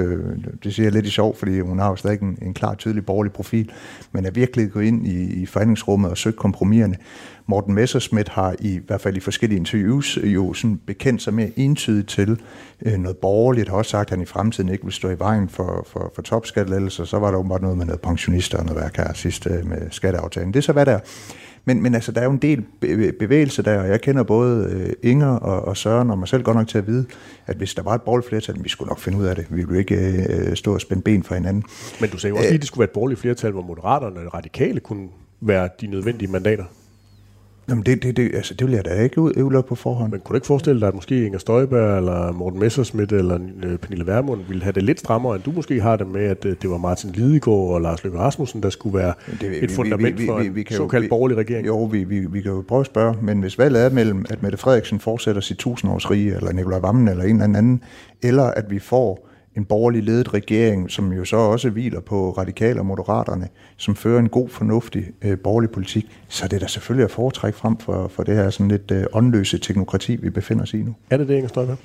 Det siger jeg lidt i sjov, fordi hun har jo stadig en klar, tydelig borgerlig profil, men er virkelig gået ind i forhandlingsrummet og søgt kompromiserne. Morten Messerschmidt har i hvert fald i forskellige interviews jo sådan bekendt sig mere entydigt til noget borgerligt, har også sagt, at han i fremtiden ikke vil stå i vejen for topskattelettelser. Så var der åbenbart noget med noget pensionister og noget værk her sidst med skatteaftalen. Det er så hvad der er. Men altså, der er jo en del bevægelse der, og jeg kender både Inger og Søren og mig selv godt nok til at vide, at hvis der var et borgerligt flertal, vi skulle nok finde ud af det. Vi ville ikke stå og spænde ben for hinanden. Men du sagde jo også lige, at det skulle være et borgerligt flertal, hvor Moderaterne og Radikale kunne være de nødvendige mandater. Jamen det vil jeg da ikke udelukke på forhånd. Men kunne du ikke forestille dig, at måske Inger Støjberg eller Morten Messerschmidt eller Pernille Vermund ville have det lidt strammere, end du måske har det med, at det var Martin Lidegaard og Lars Løkke Rasmussen, der skulle være et fundament for en såkaldt borgerlig regering? Jo, vi kan jo prøve at spørge, men hvis valget er mellem, at Mette Frederiksen fortsætter sit 1000-årsrige, eller Nicolai Wammen eller en eller anden, eller at vi får en borgerlig ledet regering, som jo så også hviler på radikale og moderaterne, som fører en god, fornuftig borgerlig politik, så er det da selvfølgelig at foretrække frem for det her sådan lidt åndløse teknokrati, vi befinder os i nu. Er det Inger Støjberg?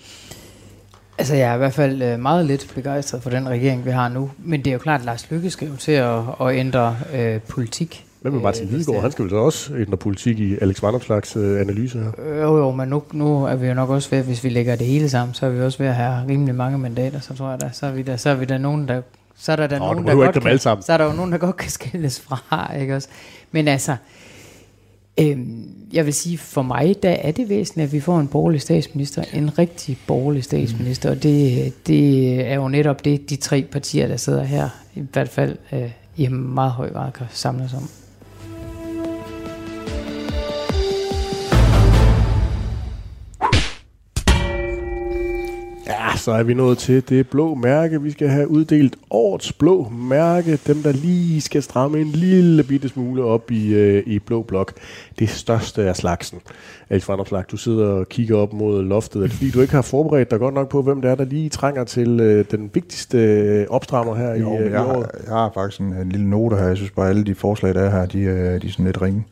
Altså, jeg er i hvert fald meget lidt begejstret for den regering, vi har nu. Men det er jo klart, at Lars Løkke skal jo til at ændre politik. Hvad med Martin Lidegaard? Han skal vel så også ændre politik i Alex Vanopslaghs analyse her? Jo, men nu er vi jo nok også ved, hvis vi lægger det hele sammen, så er vi også ved at have rimelig mange mandater, så tror jeg da, så er vi der nogen, der... Så er der nogen, der godt kan, så er der jo nogen, der godt kan skældes fra, ikke også? Men altså, jeg vil sige, for mig, der er det væsentligt, at vi får en borgerlig statsminister, en rigtig borgerlig statsminister, og det er jo netop det, de tre partier, der sidder her, i hvert fald i meget høj grad kan samles om. Ja, så er vi nået til det blå mærke. Vi skal have uddelt årets blå mærke. Dem, der lige skal stramme en lille bitte smule op i Blå Blok. Det største af slagsen. Alex Vanopslagh, du sidder og kigger op mod loftet. Er det fordi, du ikke har forberedt dig godt nok på, hvem det er, der lige trænger til den vigtigste opstrammer her i året? Jeg har faktisk en lille note her. Jeg synes bare, alle de forslag, der er her, de er sådan lidt ringe.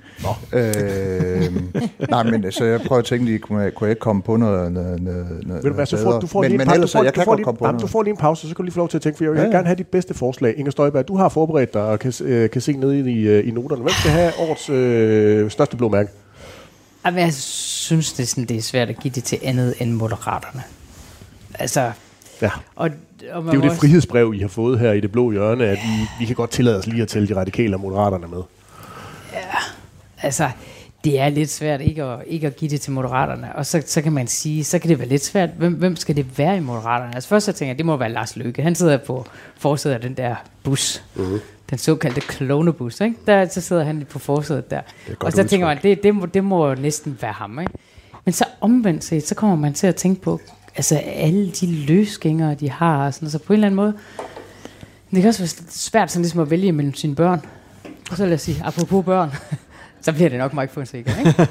Nej, men så jeg prøver at tænke lige, kunne jeg ikke komme på noget Ved du hvad, så får du får lige en pause, så kan du lige få lov til at tænke, for jeg vil gerne have dit bedste forslag. Inger Støjberg, du har forberedt dig og kan se ned i noterne. Hvem skal have årets største blå mærke? Jeg synes, det er svært at give det til andet end Moderaterne. Altså... Ja. Og det er jo det frihedsbrev, I har fået her i det blå hjørne, at vi kan godt tillade os lige at tælle de radikale og Moderaterne med. Ja, altså... Det er lidt svært ikke at give det til Moderaterne, og så kan man sige, så kan det være lidt svært, hvem skal det være i Moderaterne? Altså først så tænker jeg, det må være Lars Løkke. Han sidder på forsædet af den der bus, den såkaldte klonebus, ikke? Så sidder han på forsædet der. Og så tænker man, det må næsten være ham, ikke? Men så omvendt set, så kommer man til at tænke på, altså alle de løsgængere, de har, og sådan, så på en eller anden måde, det kan også være svært sådan ligesom at vælge mellem sine børn. Og så lad os sige, apropos børn, så bliver det nok Mike Fonseca, ikke?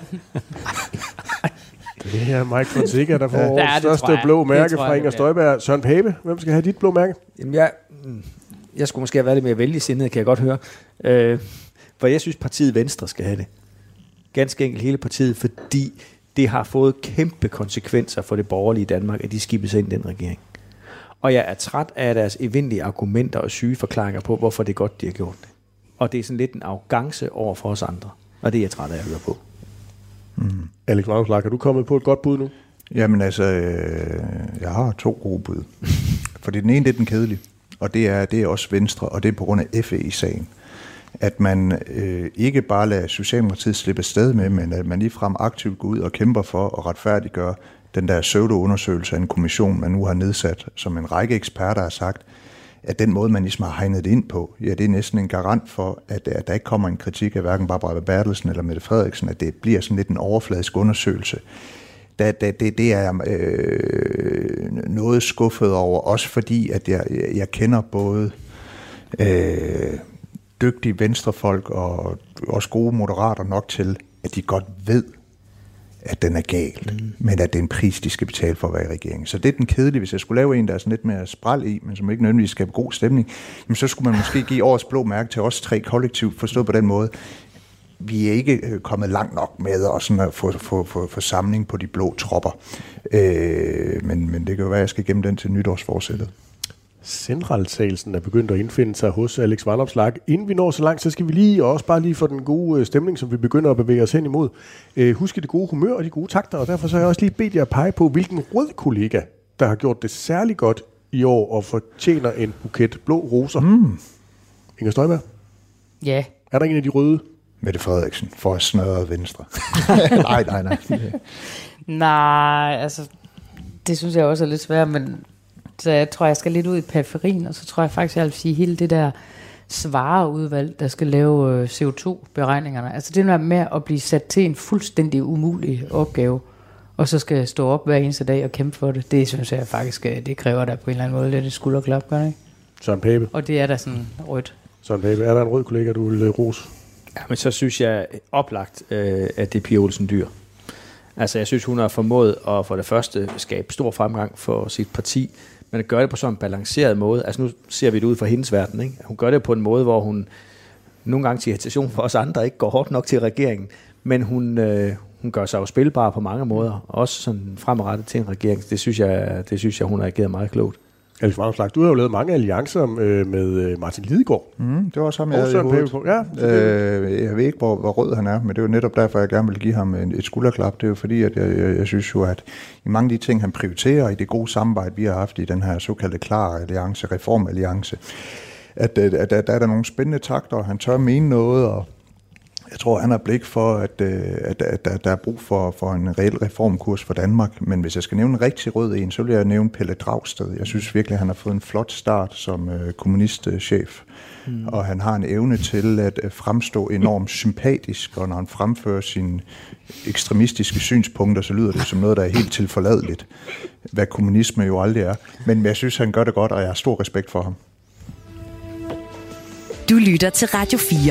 Det er Mike Fonseca, der får årets største blå mærke fra Inger Støjberg. Søren Pape, hvem skal have dit blå mærke? Jamen jeg skulle måske have været lidt mere vælgesindet, kan jeg godt høre. For jeg synes, partiet Venstre skal have det. Ganske enkelt hele partiet, fordi det har fået kæmpe konsekvenser for det borgerlige Danmark, at de skibede sig ind i den regering. Og jeg er træt af deres evindelige argumenter og syge forklaringer på, hvorfor det er godt, de har gjort det. Og det er sådan lidt en arrogance over for os andre. Og det er jeg træt af at høre på. Alex Vanopslagh, er du kommet på et godt bud nu? Jamen altså, jeg har 2 gode bud. Fordi den ene, det er den kedelige, og det er også Venstre, og det er på grund af FE-sagen. At man ikke bare lader Socialdemokratiet slippe afsted med, men at man ligefrem aktivt går ud og kæmper for at retfærdiggøre den der pseudo-undersøgelse af en kommission, man nu har nedsat, som en række eksperter har sagt, at den måde, man ligesom har hegnet det ind på, ja, det er næsten en garant for, at der ikke kommer en kritik af hverken Barbara Bertelsen eller Mette Frederiksen, at det bliver sådan lidt en overfladisk undersøgelse. Det er noget skuffet over, også fordi, at jeg kender både dygtige venstrefolk og også gode moderater nok til, at de godt ved, at den er galt, men at det er en pris, de skal betale for at være i regeringen. Så det er den kedelige. Hvis jeg skulle lave en, der er sådan lidt mere spræl i, men som ikke nødvendigvis skaber god stemning, så skulle man måske give årets blå mærke til os 3 kollektivt, forstået på den måde. Vi er ikke kommet langt nok med at få samling på de blå tropper. Men det kan jo være, at jeg skal gemme den til nytårsforsættet. Centraltagelsen er begyndt at indfinde sig hos Alex Vanopslagh. Inden vi når så langt, så skal vi lige for den gode stemning, som vi begynder at bevæge os hen imod. Husk det gode humør og de gode takter, og derfor så har jeg også lige bedt jer at pege på, hvilken rød kollega, der har gjort det særlig godt i år og fortjener en buket blå roser. Inger Støjberg? Ja. Er der en af de røde? Mette Frederiksen for at snøre Venstre. Nej. Nej, altså, det synes jeg også er lidt svært, men så jeg tror, jeg skal lidt ud i periferien, og så tror jeg faktisk, jeg vil sige hele det der svareudvalg, der skal lave CO2-beregningerne. Altså det der med at blive sat til en fuldstændig umulig opgave, og så skal stå op hver eneste dag og kæmpe for det, det synes jeg faktisk, det kræver der på en eller anden måde lidt et skulderklap, gør det ikke? Søren Pape. Og det er da sådan rødt. Søren Pape, er der en rød kollega, du vil rose? Ja, men så synes jeg oplagt, at det er Pia Olsen Dyhr. Altså jeg synes, hun har formået at for det første skabe stor fremgang for sit parti, men at gøre det på sådan en balanceret måde. Altså nu ser vi det ud fra hendes verden, ikke? Hun gør det på en måde, hvor hun nogle gange til irritation for os andre ikke går hårdt nok til regeringen, men hun gør sig jo spilbar på mange måder, også sådan fremadrettet til en regering. Det synes jeg hun har ageret meget klogt. Alex Vanopslagh, du har jo lavet mange alliancer med Martin Lidegaard. Det var også ham, jeg havde i hovedet. Jeg ved ikke, hvor rød han er, men det er jo netop derfor, jeg gerne vil give ham et skulderklap. Det er jo fordi, at jeg synes jo, at i mange af de ting, han prioriterer i det gode samarbejde, vi har haft i den her såkaldte klar-alliance, reformalliance, at der er der nogle spændende takter, og han tør mene noget, og jeg tror, han har blik for, at der er brug for en reel reformkurs for Danmark. Men hvis jeg skal nævne en rigtig rød en, så vil jeg nævne Pelle Dragsted. Jeg synes virkelig, at han har fået en flot start som kommunistchef. Og han har en evne til at fremstå enormt sympatisk, og når han fremfører sine ekstremistiske synspunkter, så lyder det som noget, der er helt tilforladeligt. Hvad kommunisme jo aldrig er. Men jeg synes, han gør det godt, og jeg har stor respekt for ham. Du lytter til Radio 4.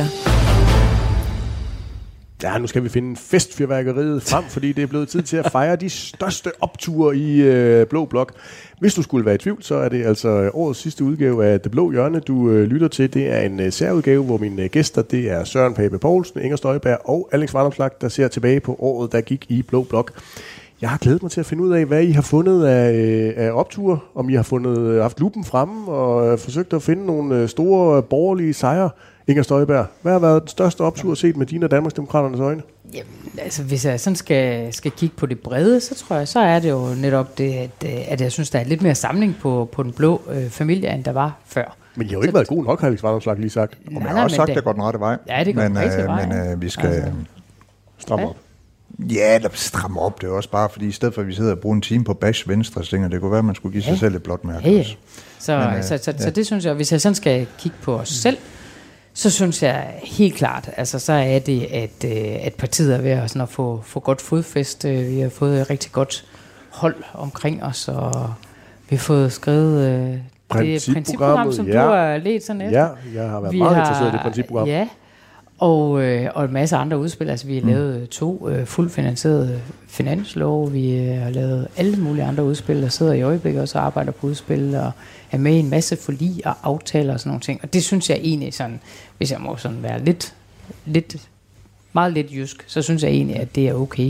Ja, nu skal vi finde festfyrværkeriet frem, fordi det er blevet tid til at fejre de største opture i Blå Blok. Hvis du skulle være i tvivl, så er det altså årets sidste udgave af Det Blå Hjørne, du lytter til. Det er en særudgave, hvor mine gæster, det er Søren Pape Poulsen, Inger Støjberg og Alex Vanopslagh, der ser tilbage på året, der gik i Blå Blok. Jeg har glædet mig til at finde ud af, hvad I har fundet af opture, om I har haft lupen fremme og forsøgt at finde nogle store borgerlige sejre. Inger Støjberg, hvad har været den største optur set med dine og Danmarksdemokraternes øjne? Jamen, altså hvis jeg sådan skal kigge på det brede, så tror jeg, så er det jo netop det, at jeg synes, der er lidt mere samling på den blå familie, end der var før. Men I har jo ikke været god nok, har Alex Vanopslagh lige sagt. Og jeg har også sagt, at det går den rette vej. Ja, det går den rigtige vej. Men vi skal stramme op. Ja, der stramme op. Det er også bare, fordi i stedet for, at vi sidder og bruger en time på bash Venstre, så det kunne være, at man skulle give sig selv et blåt mærke. Ja. Så det synes jeg, hvis jeg sådan skal kigge på os selv, så synes jeg helt klart, altså så er det, at partiet er ved at få godt fodfæste. Vi har fået et rigtig godt hold omkring os, og vi har fået skrevet det principprogram, som du har ledt sådan efter. Ja, jeg har været meget interesseret i det principprogram. Ja, og en masse andre udspil. Altså vi har lavet 2 fuldt finansierede finanslove. Vi har lavet alle mulige andre udspil, der sidder i øjeblikket også og arbejder på udspil, og er med i en masse forlig og aftaler og sådan nogle ting. Og det synes jeg egentlig sådan, hvis jeg må sådan være meget lidt jysk, så synes jeg egentlig, at det er okay,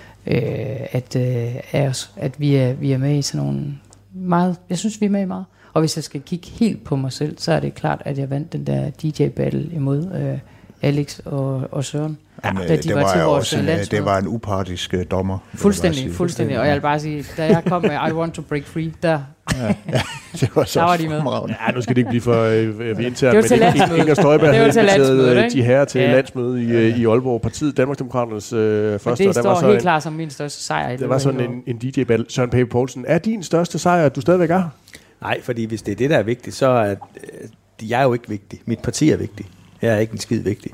at vi er med i sådan nogle meget, jeg synes vi er med i meget. Og hvis jeg skal kigge helt på mig selv, så er det klart, at jeg vandt den der DJ battle imod Alex og Søren. Jamen, det var en upartisk dommer. Fuldstændig. Og jeg vil bare sige, da jeg kom med I Want to Break Free, der var de med. Ja, nu skal det ikke blive for internt. Det var til landsmødet. Inger Støjberg havde inviteret de herrer til landsmøde i Aalborg. Partiet Danmarksdemokraternes første. Det står helt klart som min største sejr. Det var sådan en DJ-battle. Søren Pape Poulsen, er din største sejr, at du stadigvæk er? Nej, fordi hvis det er det, der er vigtigt, så er jeg jo ikke vigtig. Mit parti er vigtig. Jeg er ikke en skid vigtig.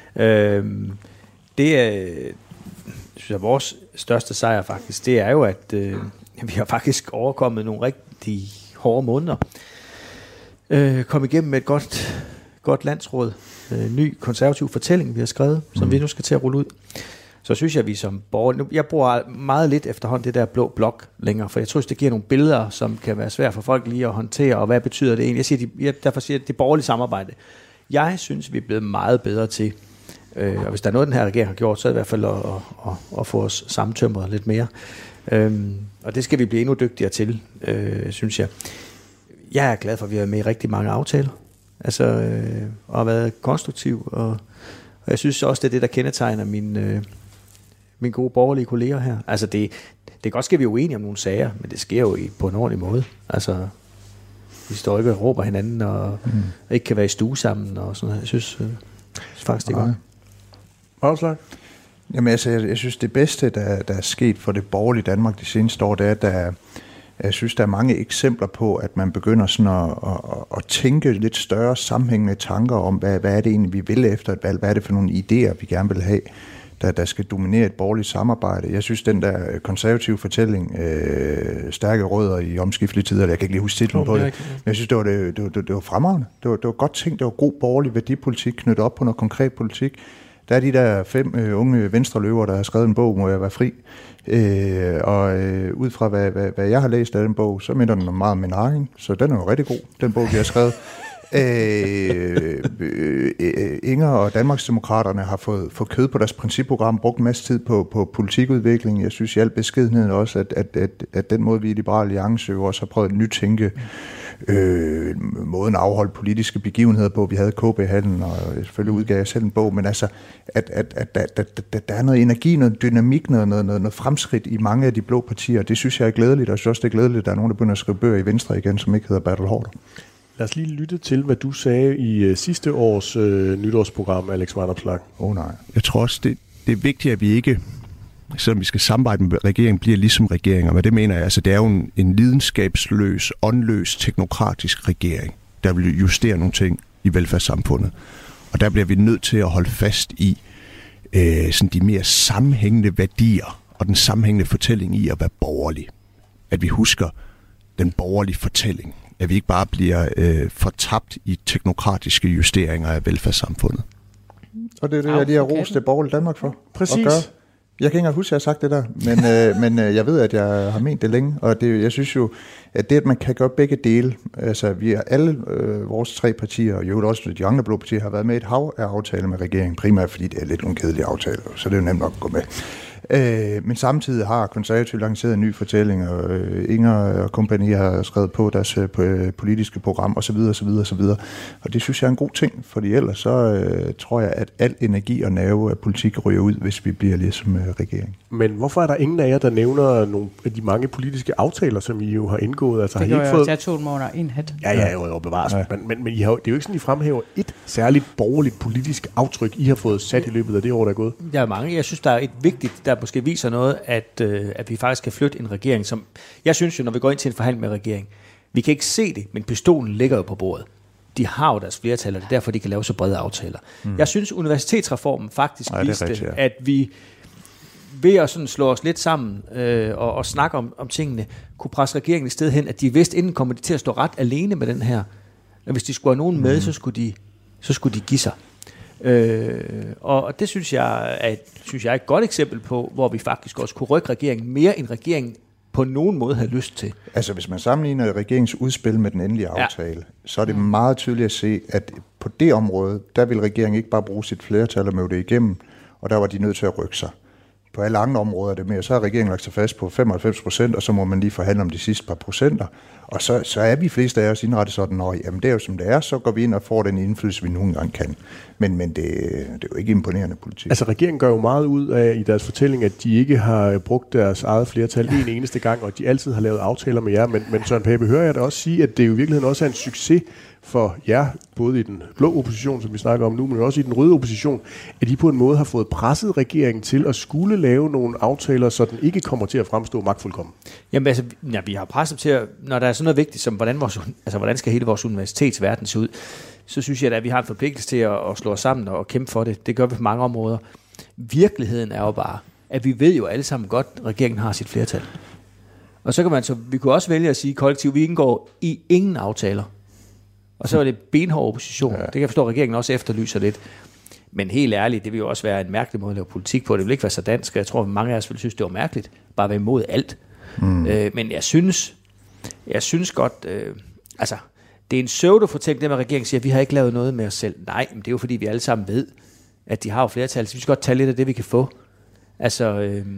Det er, synes jeg, vores største sejr faktisk, det er jo, at vi har faktisk overkommet nogle rigtig hårde måneder. Kom igennem med et godt landsråd. Ny konservativ fortælling, vi har skrevet, som vi nu skal til at rulle ud. Så synes jeg, vi som borgere... Jeg bruger meget lidt efterhånden det der blå blok længere, for jeg tror, det giver nogle billeder, som kan være svært for folk lige at håndtere, og hvad betyder det egentlig? Derfor siger jeg, det borgerlige samarbejde. Jeg synes, vi er blevet meget bedre til, og hvis der er noget, den her regering har gjort, så er det i hvert fald at få os sammentømret lidt mere. Og det skal vi blive endnu dygtigere til, synes jeg. Jeg er glad for, at vi har med i rigtig mange aftaler, og har været konstruktiv, og jeg synes også, det er det, der kendetegner mine gode borgerlige kolleger her. Altså, det kan godt ske, at vi er uenige om nogle sager, men det sker jo på en ordentlig måde. Altså, vi står ikke og råber hinanden, og ikke kan være i stue sammen, og sådan noget. Jeg synes faktisk, det er godt. Afslag? Jamen, jeg synes, det bedste, der er sket for det borgerlige Danmark de seneste år, det er, at jeg synes, der er mange eksempler på, at man begynder sådan at tænke lidt større sammenhængende tanker om, hvad er det egentlig, vi vil efter et valg? Hvad er det for nogle idéer, vi gerne vil have, der skal dominere et borgerligt samarbejde? Jeg synes, den der konservative fortælling, stærke rødder i omskiftelige tider, jeg kan ikke lige huske titlen på det, men jeg synes, det var fremragende. Det var godt tænkt, det var god borgerlig værdipolitik knyttet op på noget konkret politik. Der er de der 5 unge venstreløver, der har skrevet en bog, Må jeg være fri? Ud fra hvad jeg har læst af den bog, så minder den meget om min egen, så den er jo rigtig god, den bog, de har skrevet. Inger og Danmarksdemokraterne har fået kød på deres principprogram, brugt en masse tid på politikudvikling. Jeg synes i al beskedenhed også, at den måde, vi i Liberal Alliance jo også har prøvet at nytænke måden at afholde politiske begivenheder på. Vi havde KB-hallen, og selvfølgelig udgav jeg selv en bog, men altså, at der er noget energi, noget dynamik, noget fremskridt i mange af de blå partier. Det synes jeg er glædeligt, og jeg synes også, det er glædeligt, at der er nogen, der begynder at skrive bøger i Venstre igen, som ikke hedder Bertel Haarder. Lad os lige lytte til, hvad du sagde i sidste års nytårsprogram, Alex Vanopslagh. Nej. Jeg tror også, det er vigtigt, at vi ikke, selvom vi skal samarbejde med regeringen, bliver ligesom regeringer. Men det mener jeg, altså det er jo en lidenskabsløs, åndløs, teknokratisk regering, der vil justere nogle ting i velfærdssamfundet. Og der bliver vi nødt til at holde fast i sådan de mere sammenhængende værdier og den sammenhængende fortælling i at være borgerlig. At vi husker den borgerlige fortælling. At vi ikke bare bliver fortabt i teknokratiske justeringer af velfærdssamfundet. Og det er det, jeg lige har rost det borgerlige Danmark for. Præcis. Jeg kan ikke engang huske, at jeg har sagt det der, men jeg ved, at jeg har ment det længe, og jeg synes jo, at det, at man kan gøre begge dele, altså vi er alle vores 3 partier, og jo også de andre blå partier, har været med et hav af aftaler med regeringen, primært fordi det er lidt nogle kedelige aftaler, så det er jo nemt nok at gå med. Men samtidig har Konservative lanceret en ny fortælling, og Inger og kompagni har skrevet på deres politiske program osv. Og det synes jeg er en god ting, fordi ellers så tror jeg, at al energi og nerve af politik ryger ud, hvis vi bliver ligesom regering. Men hvorfor er der ingen af jer, der nævner nogle af de mange politiske aftaler, som I jo har indgået? Altså, det har I ikke fået... Jeg 2 måneder en hat. Ja, jo bevares. Ja. Men I har, det er jo ikke sådan, I fremhæver et særligt borgerligt politisk aftryk, I har fået sat i løbet af det år, der er gået. Der er mange. Jeg synes, der er et vigtigt, der måske viser noget, at vi faktisk kan flytte en regering, som... Jeg synes jo, når vi går ind til en forhandling med regeringen, vi kan ikke se det, men pistolen ligger jo på bordet. De har jo deres flertal, og det er derfor, de kan lave så brede aftaler. Jeg synes, universitetsreformen faktisk viste, rigtigt, at vi ved at sådan slå os lidt sammen og snakke om tingene, kunne presse regeringen i stedet hen, at de vidste, inden kommer de til at stå ret alene med den her. Og hvis de skulle have nogen med, så skulle de give sig. Og det synes jeg er et godt eksempel på, hvor vi faktisk også kunne rykke regeringen mere, end regeringen på nogen måde havde lyst til. Altså hvis man sammenligner regeringens udspil med den endelige aftale, så er det meget tydeligt at se, at på det område, der vil regeringen ikke bare bruge sit flertal og møde det igennem, og der var de nødt til at rykke sig. på alle andre områder det mere. Så har regeringen lagt sig fast på 95%, og så må man lige forhandle om de sidste par procenter. Og så er vi fleste af os indrettet sådan, at jamen det er jo som det er, så går vi ind og får den indflydelse, vi nogle gange kan. Men det er jo ikke imponerende politik. Altså regeringen gør jo meget ud af i deres fortælling, at de ikke har brugt deres eget flertal en eneste gang, og de altid har lavet aftaler med jer. Men Søren Pape, hører jeg da også sige, at det jo i virkeligheden også er en succes for jer, både i den blå opposition, som vi snakker om nu, men også i den røde opposition, at de på en måde har fået presset regeringen til at skulle lave nogle aftaler, så den ikke kommer til at fremstå magtfuldkommen. Jamen altså, vi har presset til, når der er sådan noget vigtigt, som hvordan skal hele vores universitetsverden se ud, så synes jeg, at vi har en forpligtelse til at slå os sammen og kæmpe for det. Det gør vi på mange områder. Virkeligheden er jo bare, at vi ved jo alle sammen godt, at regeringen har sit flertal. Og så kan vi kunne også vælge at sige kollektivt, vi indgår i ingen aftaler. Og så er det benhård opposition. Ja. Det kan jeg forstå, at regeringen også efterlyser lidt. Men helt ærligt, det vil jo også være en mærkelig måde at lave politik på. Det vil ikke være så dansk. Jeg tror, at mange af os vil synes, det var mærkeligt. Bare være imod alt. Men jeg synes godt, altså, det er en pseudo-fortælling, det med regeringen siger, at vi har ikke lavet noget med os selv. Nej, men det er jo fordi, vi alle sammen ved, at de har jo flertal. Så vi skal godt tage lidt af det, vi kan få. Altså,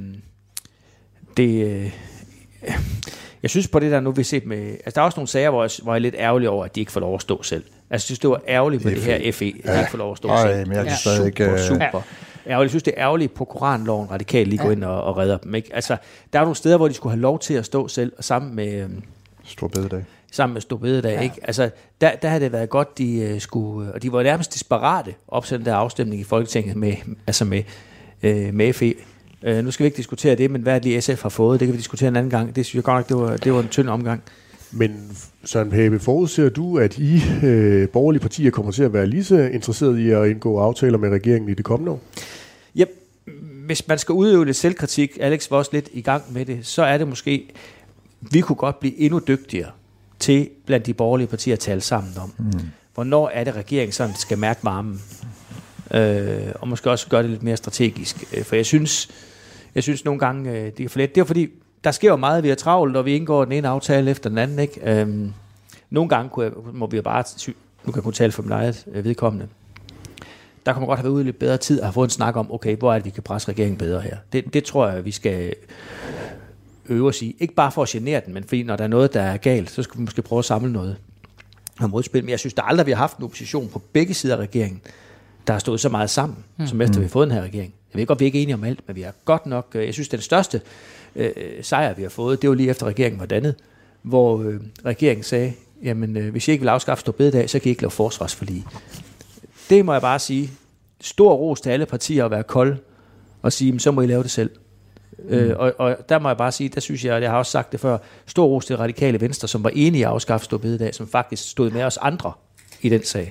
jeg synes på det der nu, vi har set med... Altså, der er også nogle sager, hvor jeg er lidt ærgerlig over, at de ikke får lov at stå selv. Altså, jeg synes, det var ærgerligt med det her FE, at de ikke får lov at stå selv. Men jeg kan stadig ikke... Super. Jeg synes, det er ærgerligt på Koranloven radikalt lige gå ind og redder dem. Ikke? Altså, der er nogle steder, hvor de skulle have lov til at stå selv, og sammen med... Store bededag, ja. Ikke? Altså, der havde det været godt, de skulle... Og de var nærmest desperate opsætte den der afstemning i Folketinget med FE. Nu skal vi ikke diskutere det, men hvad er det lige SF har fået? Det kan vi diskutere en anden gang. Det synes jeg godt nok, det var en tynd omgang. Men Søren Pape, forudser du, at I borgerlige partier kommer til at være lige så interesserede i at indgå aftaler med regeringen i det kommende år? Ja, hvis man skal udøve lidt selvkritik, Alex var også lidt i gang med det, så er det måske, vi kunne godt blive endnu dygtigere til blandt de borgerlige partier at tale sammen om. Hvornår er det, regeringen sådan skal mærke varmen? Og måske også gøre det lidt mere strategisk. For jeg synes nogle gange, det er for let. Det er fordi, der sker jo meget, vi er travlt, og vi indgår den ene aftale efter den anden. Ikke? Nogle gange må vi jo bare, nu kan jeg kunne tale for min eget vedkommende, der kan man godt have været ude lidt bedre tid og have fået en snak om, okay, hvor er det, vi kan presse regeringen bedre her. Det tror jeg, vi skal øve os i. Ikke bare for at genere den, men fordi når der er noget, der er galt, så skal vi måske prøve at samle noget om modspil. Men jeg synes, der aldrig vi har haft en opposition på begge sider af regeringen, der har stået så meget sammen, som efter vi har fået den her regering. Jeg ved godt, vi er ikke enige om alt, men vi er godt nok... Jeg synes, den største sejr, vi har fået, det var lige efter regeringen var dannet, hvor regeringen sagde, jamen, hvis I ikke vil afskaffe store bededag, så kan I ikke lave forsvarsforlig. Det må jeg bare sige. Stor ros til alle partier at være kold og sige, så må I lave det selv. Og der må jeg bare sige, der synes jeg, og jeg har også sagt det før, stor ros til Radikale Venstre, som var enige i at afskaffe store bededag, som faktisk stod med os andre i den sag.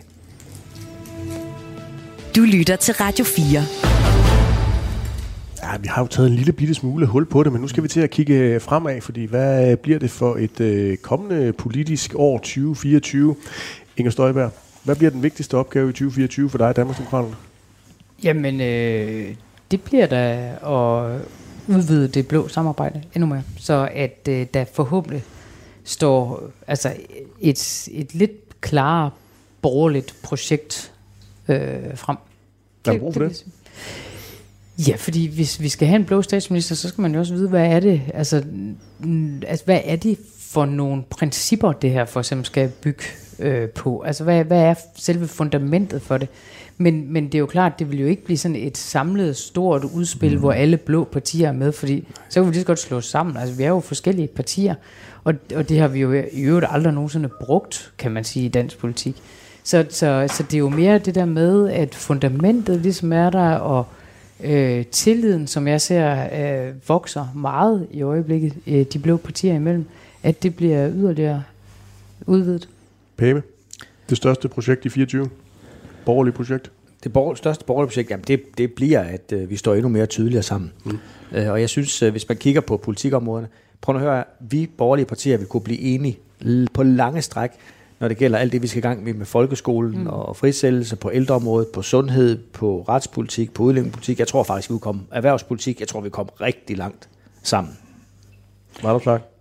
Du lytter til Radio 4. Ja, vi har jo taget en lille bitte smule hul på det, men nu skal vi til at kigge fremad, fordi hvad bliver det for et kommende politisk år 2024? Inger Støjberg, hvad bliver den vigtigste opgave i 2024 for dig i Danmarksdemokraterne? Jamen, det bliver da at udvide det blå samarbejde endnu mere, så at der forhåbentlig står altså et lidt klarere borgerligt projekt frem. Der er brug for det? Ja, fordi hvis vi skal have en blå statsminister, så skal man jo også vide, hvad er det, altså hvad er det for nogle principper, det her for eksempel skal bygge på? Altså, hvad er selve fundamentet for det? Men det er jo klart, det vil jo ikke blive sådan et samlet stort udspil, hvor alle blå partier er med, fordi så kan vi lige så godt slå os sammen. Altså, vi er jo forskellige partier, og det har vi jo i øvrigt aldrig nogensinde brugt, kan man sige, i dansk politik. Så det er jo mere det der med, at fundamentet ligesom er der, og tilliden, som jeg ser, vokser meget i øjeblikket, de blå partier imellem, at det bliver yderligere udvidet. Pape, det største projekt i 24? Borgerlige projekt? Det største borgerlige projekt, jamen det bliver, at vi står endnu mere tydeligere sammen. Og jeg synes, hvis man kigger på politikområderne, prøv at høre, vi borgerlige partier vil kunne blive enige på lange stræk, når det gælder alt det, vi skal i gang med forskolen og frisættelse, på ældreområdet, på sundhed, på retspolitik, på udlændingepolitik. Jeg tror faktisk, vi vil komme erhvervspolitik. Jeg tror, vi kommer rigtig langt sammen. Meget klart.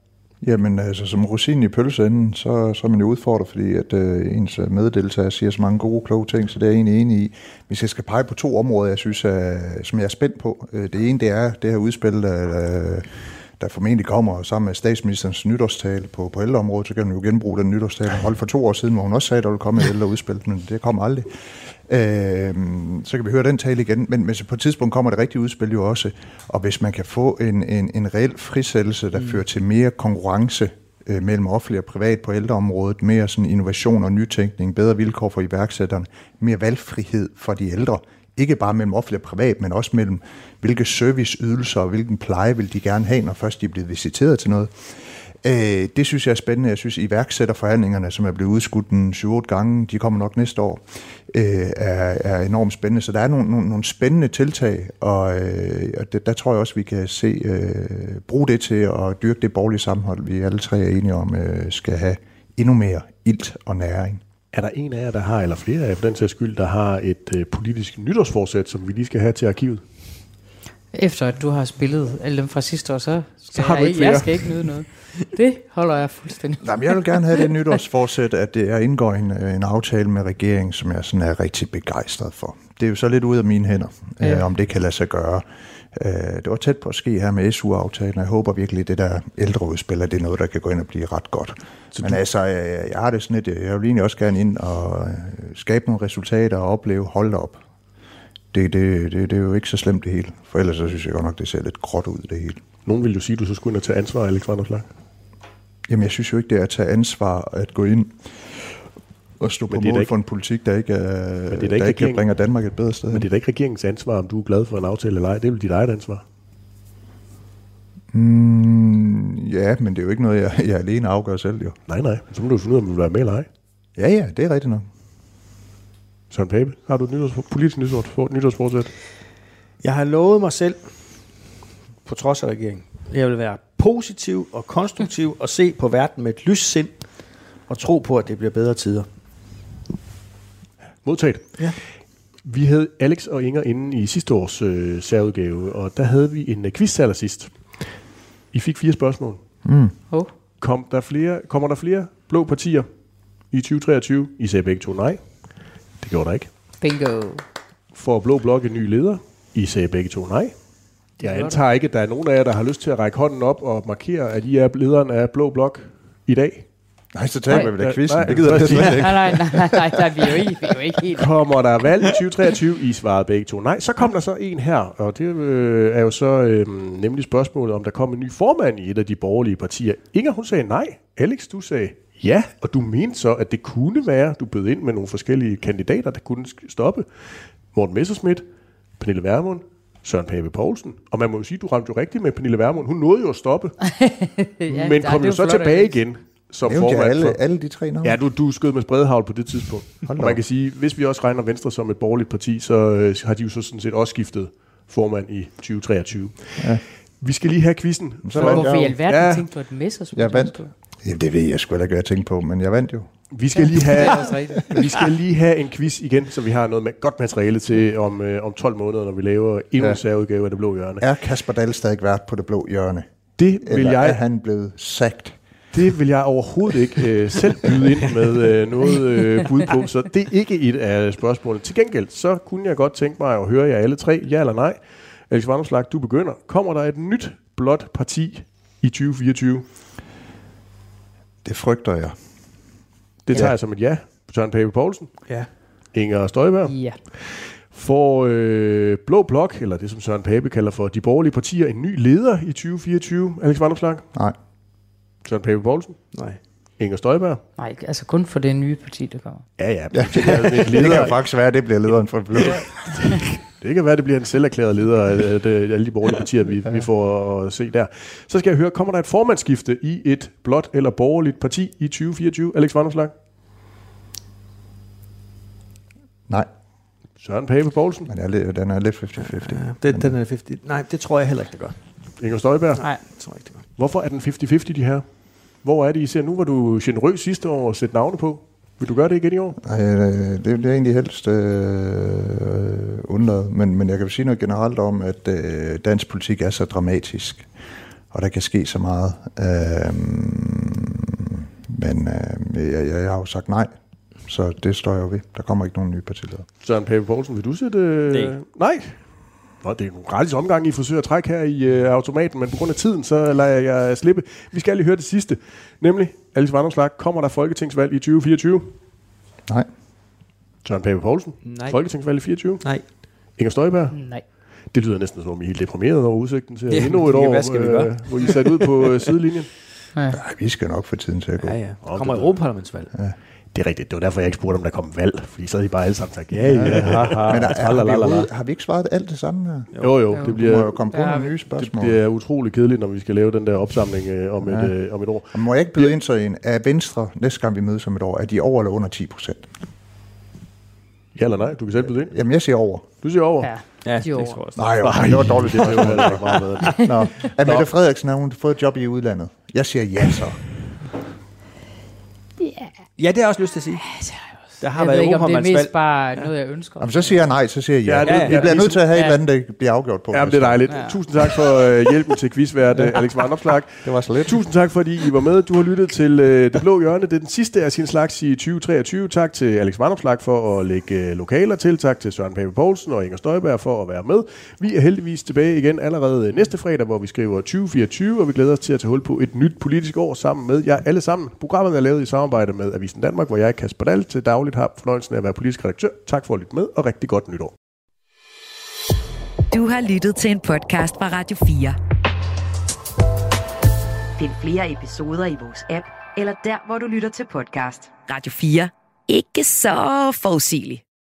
Jamen, altså som rosinen i pølseenden, så er man jo udfordret, fordi at ens meddeltager siger så mange gode, kloge ting, så det er jeg egentlig enig i. Hvis jeg skal pege på 2 områder, jeg synes, som jeg er spændt på. Det ene, det er det her udspil, der formentlig kommer sammen med statsministerens nytårstale på ældreområdet, så kan man jo genbruge den nytårstale. Holdt for 2 år siden, hvor hun også sagde, at der ville komme et ældreudspil, men det kom aldrig. Så kan vi høre den tale igen, men på et tidspunkt kommer det rigtige udspil jo også, og hvis man kan få en reel frisættelse, der fører til mere konkurrence mellem offentlig og privat på ældreområdet, mere sådan innovation og nytænkning, bedre vilkår for iværksætterne, mere valgfrihed for de ældre, ikke bare mellem offentlig og privat, men også mellem hvilke serviceydelser og hvilken pleje vil de gerne have, når først de er blevet visiteret til noget. Det synes jeg er spændende. Jeg synes, iværksætterforhandlingerne, som er blevet udskudt 7-8 gange, de kommer nok næste år, er enormt spændende. Så der er nogle spændende tiltag, og der tror jeg også, vi kan bruge det til at dyrke det borgerlige sammenhold, vi alle 3 er enige om, skal have endnu mere ilt og næring. Er der en af jer, der har, eller flere af jer for den sags skyld, der har et politisk nytårsforsæt, som vi lige skal have til arkivet? Efter at du har spillet alle dem fra sidste år, så har du ikke flere. Jeg skal ikke nyde noget. Det holder jeg fuldstændig. Jamen, jeg vil gerne have det nytårsforsæt, at jeg indgår en aftale med regeringen, som jeg sådan er rigtig begejstret for. Det er jo så lidt ud af mine hænder, om det kan lade sig gøre. Det var tæt på at ske her med SU-aftalen, og jeg håber virkelig, at det der ældreudspil, det er noget, der kan gå ind og blive ret godt. Men altså, jeg har det sådan lidt, jeg vil egentlig også gerne ind og skabe nogle resultater og opleve, hold op. Det er jo ikke så slemt det hele, for ellers så synes jeg godt nok, det ser lidt gråt ud det hele. Nogen vil jo sige, at du så skulle ind og tage ansvar, Alex Vanopslagh. Jamen, jeg synes jo ikke, det er at tage ansvar at gå ind og stå på mål for en politik, der ikke bringer Danmark et bedre sted. Men det er da ikke regeringens ansvar, om du er glad for en aftale eller ej. Det er vel dit eget ansvar? Ja, men det er jo ikke noget, jeg alene afgør selv, jo. Nej. Så må du finde ud af, om du vil være med eller ej. Ja, det er rigtigt nok. Søren Pape, har du et politisk nytårsforsæt? Jeg har lovet mig selv, på trods af regeringen, jeg vil være positiv og konstruktiv og se på verden med et lyssind og tro på, at det bliver bedre tider. Modtaget. Ja. Vi havde Alex og Inger inde i sidste års særudgave, og der havde vi en quiz til allersidst. I fik 4 spørgsmål. Kommer der flere blå partier i 2023? I sagde begge to nej. Det gjorde der ikke. Bingo. Får Blå Blok en ny leder? I sagde begge to nej. Jeg antager ikke, at der er nogen af jer, der har lyst til at række hånden op og markere, at I er lederen af Blå Blok i dag. Nej, så tager vi da quizzen. Det gider jeg ikke. Nej, vi er jo ikke helt. Kommer der valg i 2023? I svarede begge to nej. Så kom der så en her, og det er jo så nemlig spørgsmålet, om der kom en ny formand i et af de borgerlige partier. Inger, hun sagde nej. Alex, du sagde ja, og du mente så, at det kunne være, du bød ind med nogle forskellige kandidater, der kunne stoppe. Morten Messerschmidt, Pernille Vermund, Søren Pape Poulsen. Og man må jo sige, du ramte jo rigtigt med Pernille Vermund. Hun nåede jo at stoppe, men kom jo så tilbage igen som formand. Alle de 3 navne? Ja, du skød med spredhavl på det tidspunkt. Og man kan sige, hvis vi også regner Venstre som et borgerligt parti, så har de jo så sådan set også skiftet formand i 2023. Ja. Vi skal lige have quizzen. Hvorfor i alverden tænkte du, at Messerschmidt? Jeg vandt. Jamen, det ved jeg sgu ikke, hvad jeg tænkte på, men jeg vandt jo. Vi skal lige have en quiz igen, så vi har noget godt materiale til om 12 måneder, når vi laver endnu en særudgave af Det Blå Hjørne. Er Kasper Dahl stadig vært på Det Blå Hjørne? Er han blevet sagt? Det vil jeg overhovedet ikke selv byde ind med noget bud på, så det er ikke et af spørgsmålene. Til gengæld, så kunne jeg godt tænke mig at høre jer alle 3, ja eller nej. Alex Vanopslagh, du begynder. Kommer der et nyt blåt parti i 2024? Det frygter jeg. Det tager jeg som et ja. Søren Pape Poulsen? Ja. Inger Støjberg? Ja. Får Blå Blok, eller det som Søren Pape kalder for de borgerlige partier, en ny leder i 2024? Alex Vanopslagh? Nej. Søren Pape Poulsen? Nej. Inger Støjberg? Nej, altså kun for det nye parti, der kommer. Ja. Det kan jo faktisk være, at det bliver lederen for Blå. Det kan være, at det bliver en selverklæret leder af alle de borgerlige partier, vi får at se der. Så skal jeg høre, kommer der et formandsskifte i et blåt eller borgerligt parti i 2024? Alex Vanopslagh? Nej. Søren Pape Poulsen? Men den er lidt 50-50. Den er 50. Nej, det tror jeg heller ikke, det gør. Inger Støjberg? Nej, det tror jeg ikke, det gør. Hvorfor er den 50-50, de her? Hvor er det, I ser? Nu var du generøs sidste år og sætte navne på. Vil du gøre det igen i år? Nej, det er egentlig helst undret, men jeg kan sige noget generelt om, at dansk politik er så dramatisk. og der kan ske så meget. Men jeg har jo sagt nej, så det står jeg jo ved. Der kommer ikke nogen nye partiledere. Søren Pape Poulsen, vil du sætte... Nej. Nå, det er en gratis omgang, I forsøger at trække her i automaten, men på grund af tiden, så lader jeg slippe. Vi skal lige høre det sidste, nemlig Alex Vanopslagh. Kommer der folketingsvalg i 2024? Nej. Søren Pape Poulsen? Nej. Folketingsvalg i 24? Nej. Inger Støjberg? Nej. Det lyder næsten som om I er helt deprimeret over udsigten til endnu et år, hvor I er sat ud på sidelinjen. Ja, vi skal nok få tiden til at gå. Ja. Der kommer Europaparlamentsvalg. Ja. Det er rigtigt. Det var derfor, jeg ikke spurgte, om der kom valg. Fordi så havde I bare alle sammen sagt, ja. Men har vi ikke svaret alt det samme her? Jo. Det bliver, må jo komme på nogle nye spørgsmål. Det bliver utrolig kedeligt, når vi skal lave den der opsamling om et år. Og må jeg ikke byde ind så en? Er Venstre, næste gang vi mødes om et år, er de over eller under 10%? Ja eller nej? Du kan selv byde ind. Jamen, jeg siger over. Du siger over? Ja, det tror jeg også. Nej, det var dårligt. Det var jo heller ikke meget bedre. Nå. Er Mette Frederiksen, har hun fået et job i udlandet? Jeg siger ja så. Ja, det har jeg også lyst til at sige. Der har jeg været ved ikke, om det er Europaparlamentsvalg. mest bare noget, jeg ønsker. Jamen, så siger jeg nej, så siger jeg ja. Vi bliver nødt til at have et eller andet, der bliver afgjort på. Ja, det er dejligt. Ja. Tusind tak for hjælpen til quizvært Alex Vanopslagh. Det var så lidt. Tusind tak, fordi I var med. Du har lyttet til Det Blå Hjørne. Det er den sidste af sin slags i 2023. Tak til Alex Vanopslagh for at lægge lokaler til. Tak til Søren Pape Poulsen og Inger Støjberg for at være med. Vi er heldigvis tilbage igen allerede næste fredag, hvor vi skriver 2024, og vi glæder os til at tage hul på et nyt politisk år sammen med jer alle sammen. Programmet er lavet i samarbejde med Avisen Danmark, hvor jeg, Kasper Dahl, til dagligt har fornøjelsen af at være politisk redaktør. Tak for at lytte med, og rigtig godt nytår. Du har lyttet til en podcast fra Radio 4. Find flere episoder i vores app, eller der, hvor du lytter til podcast. Radio 4. Ikke så forudsigeligt.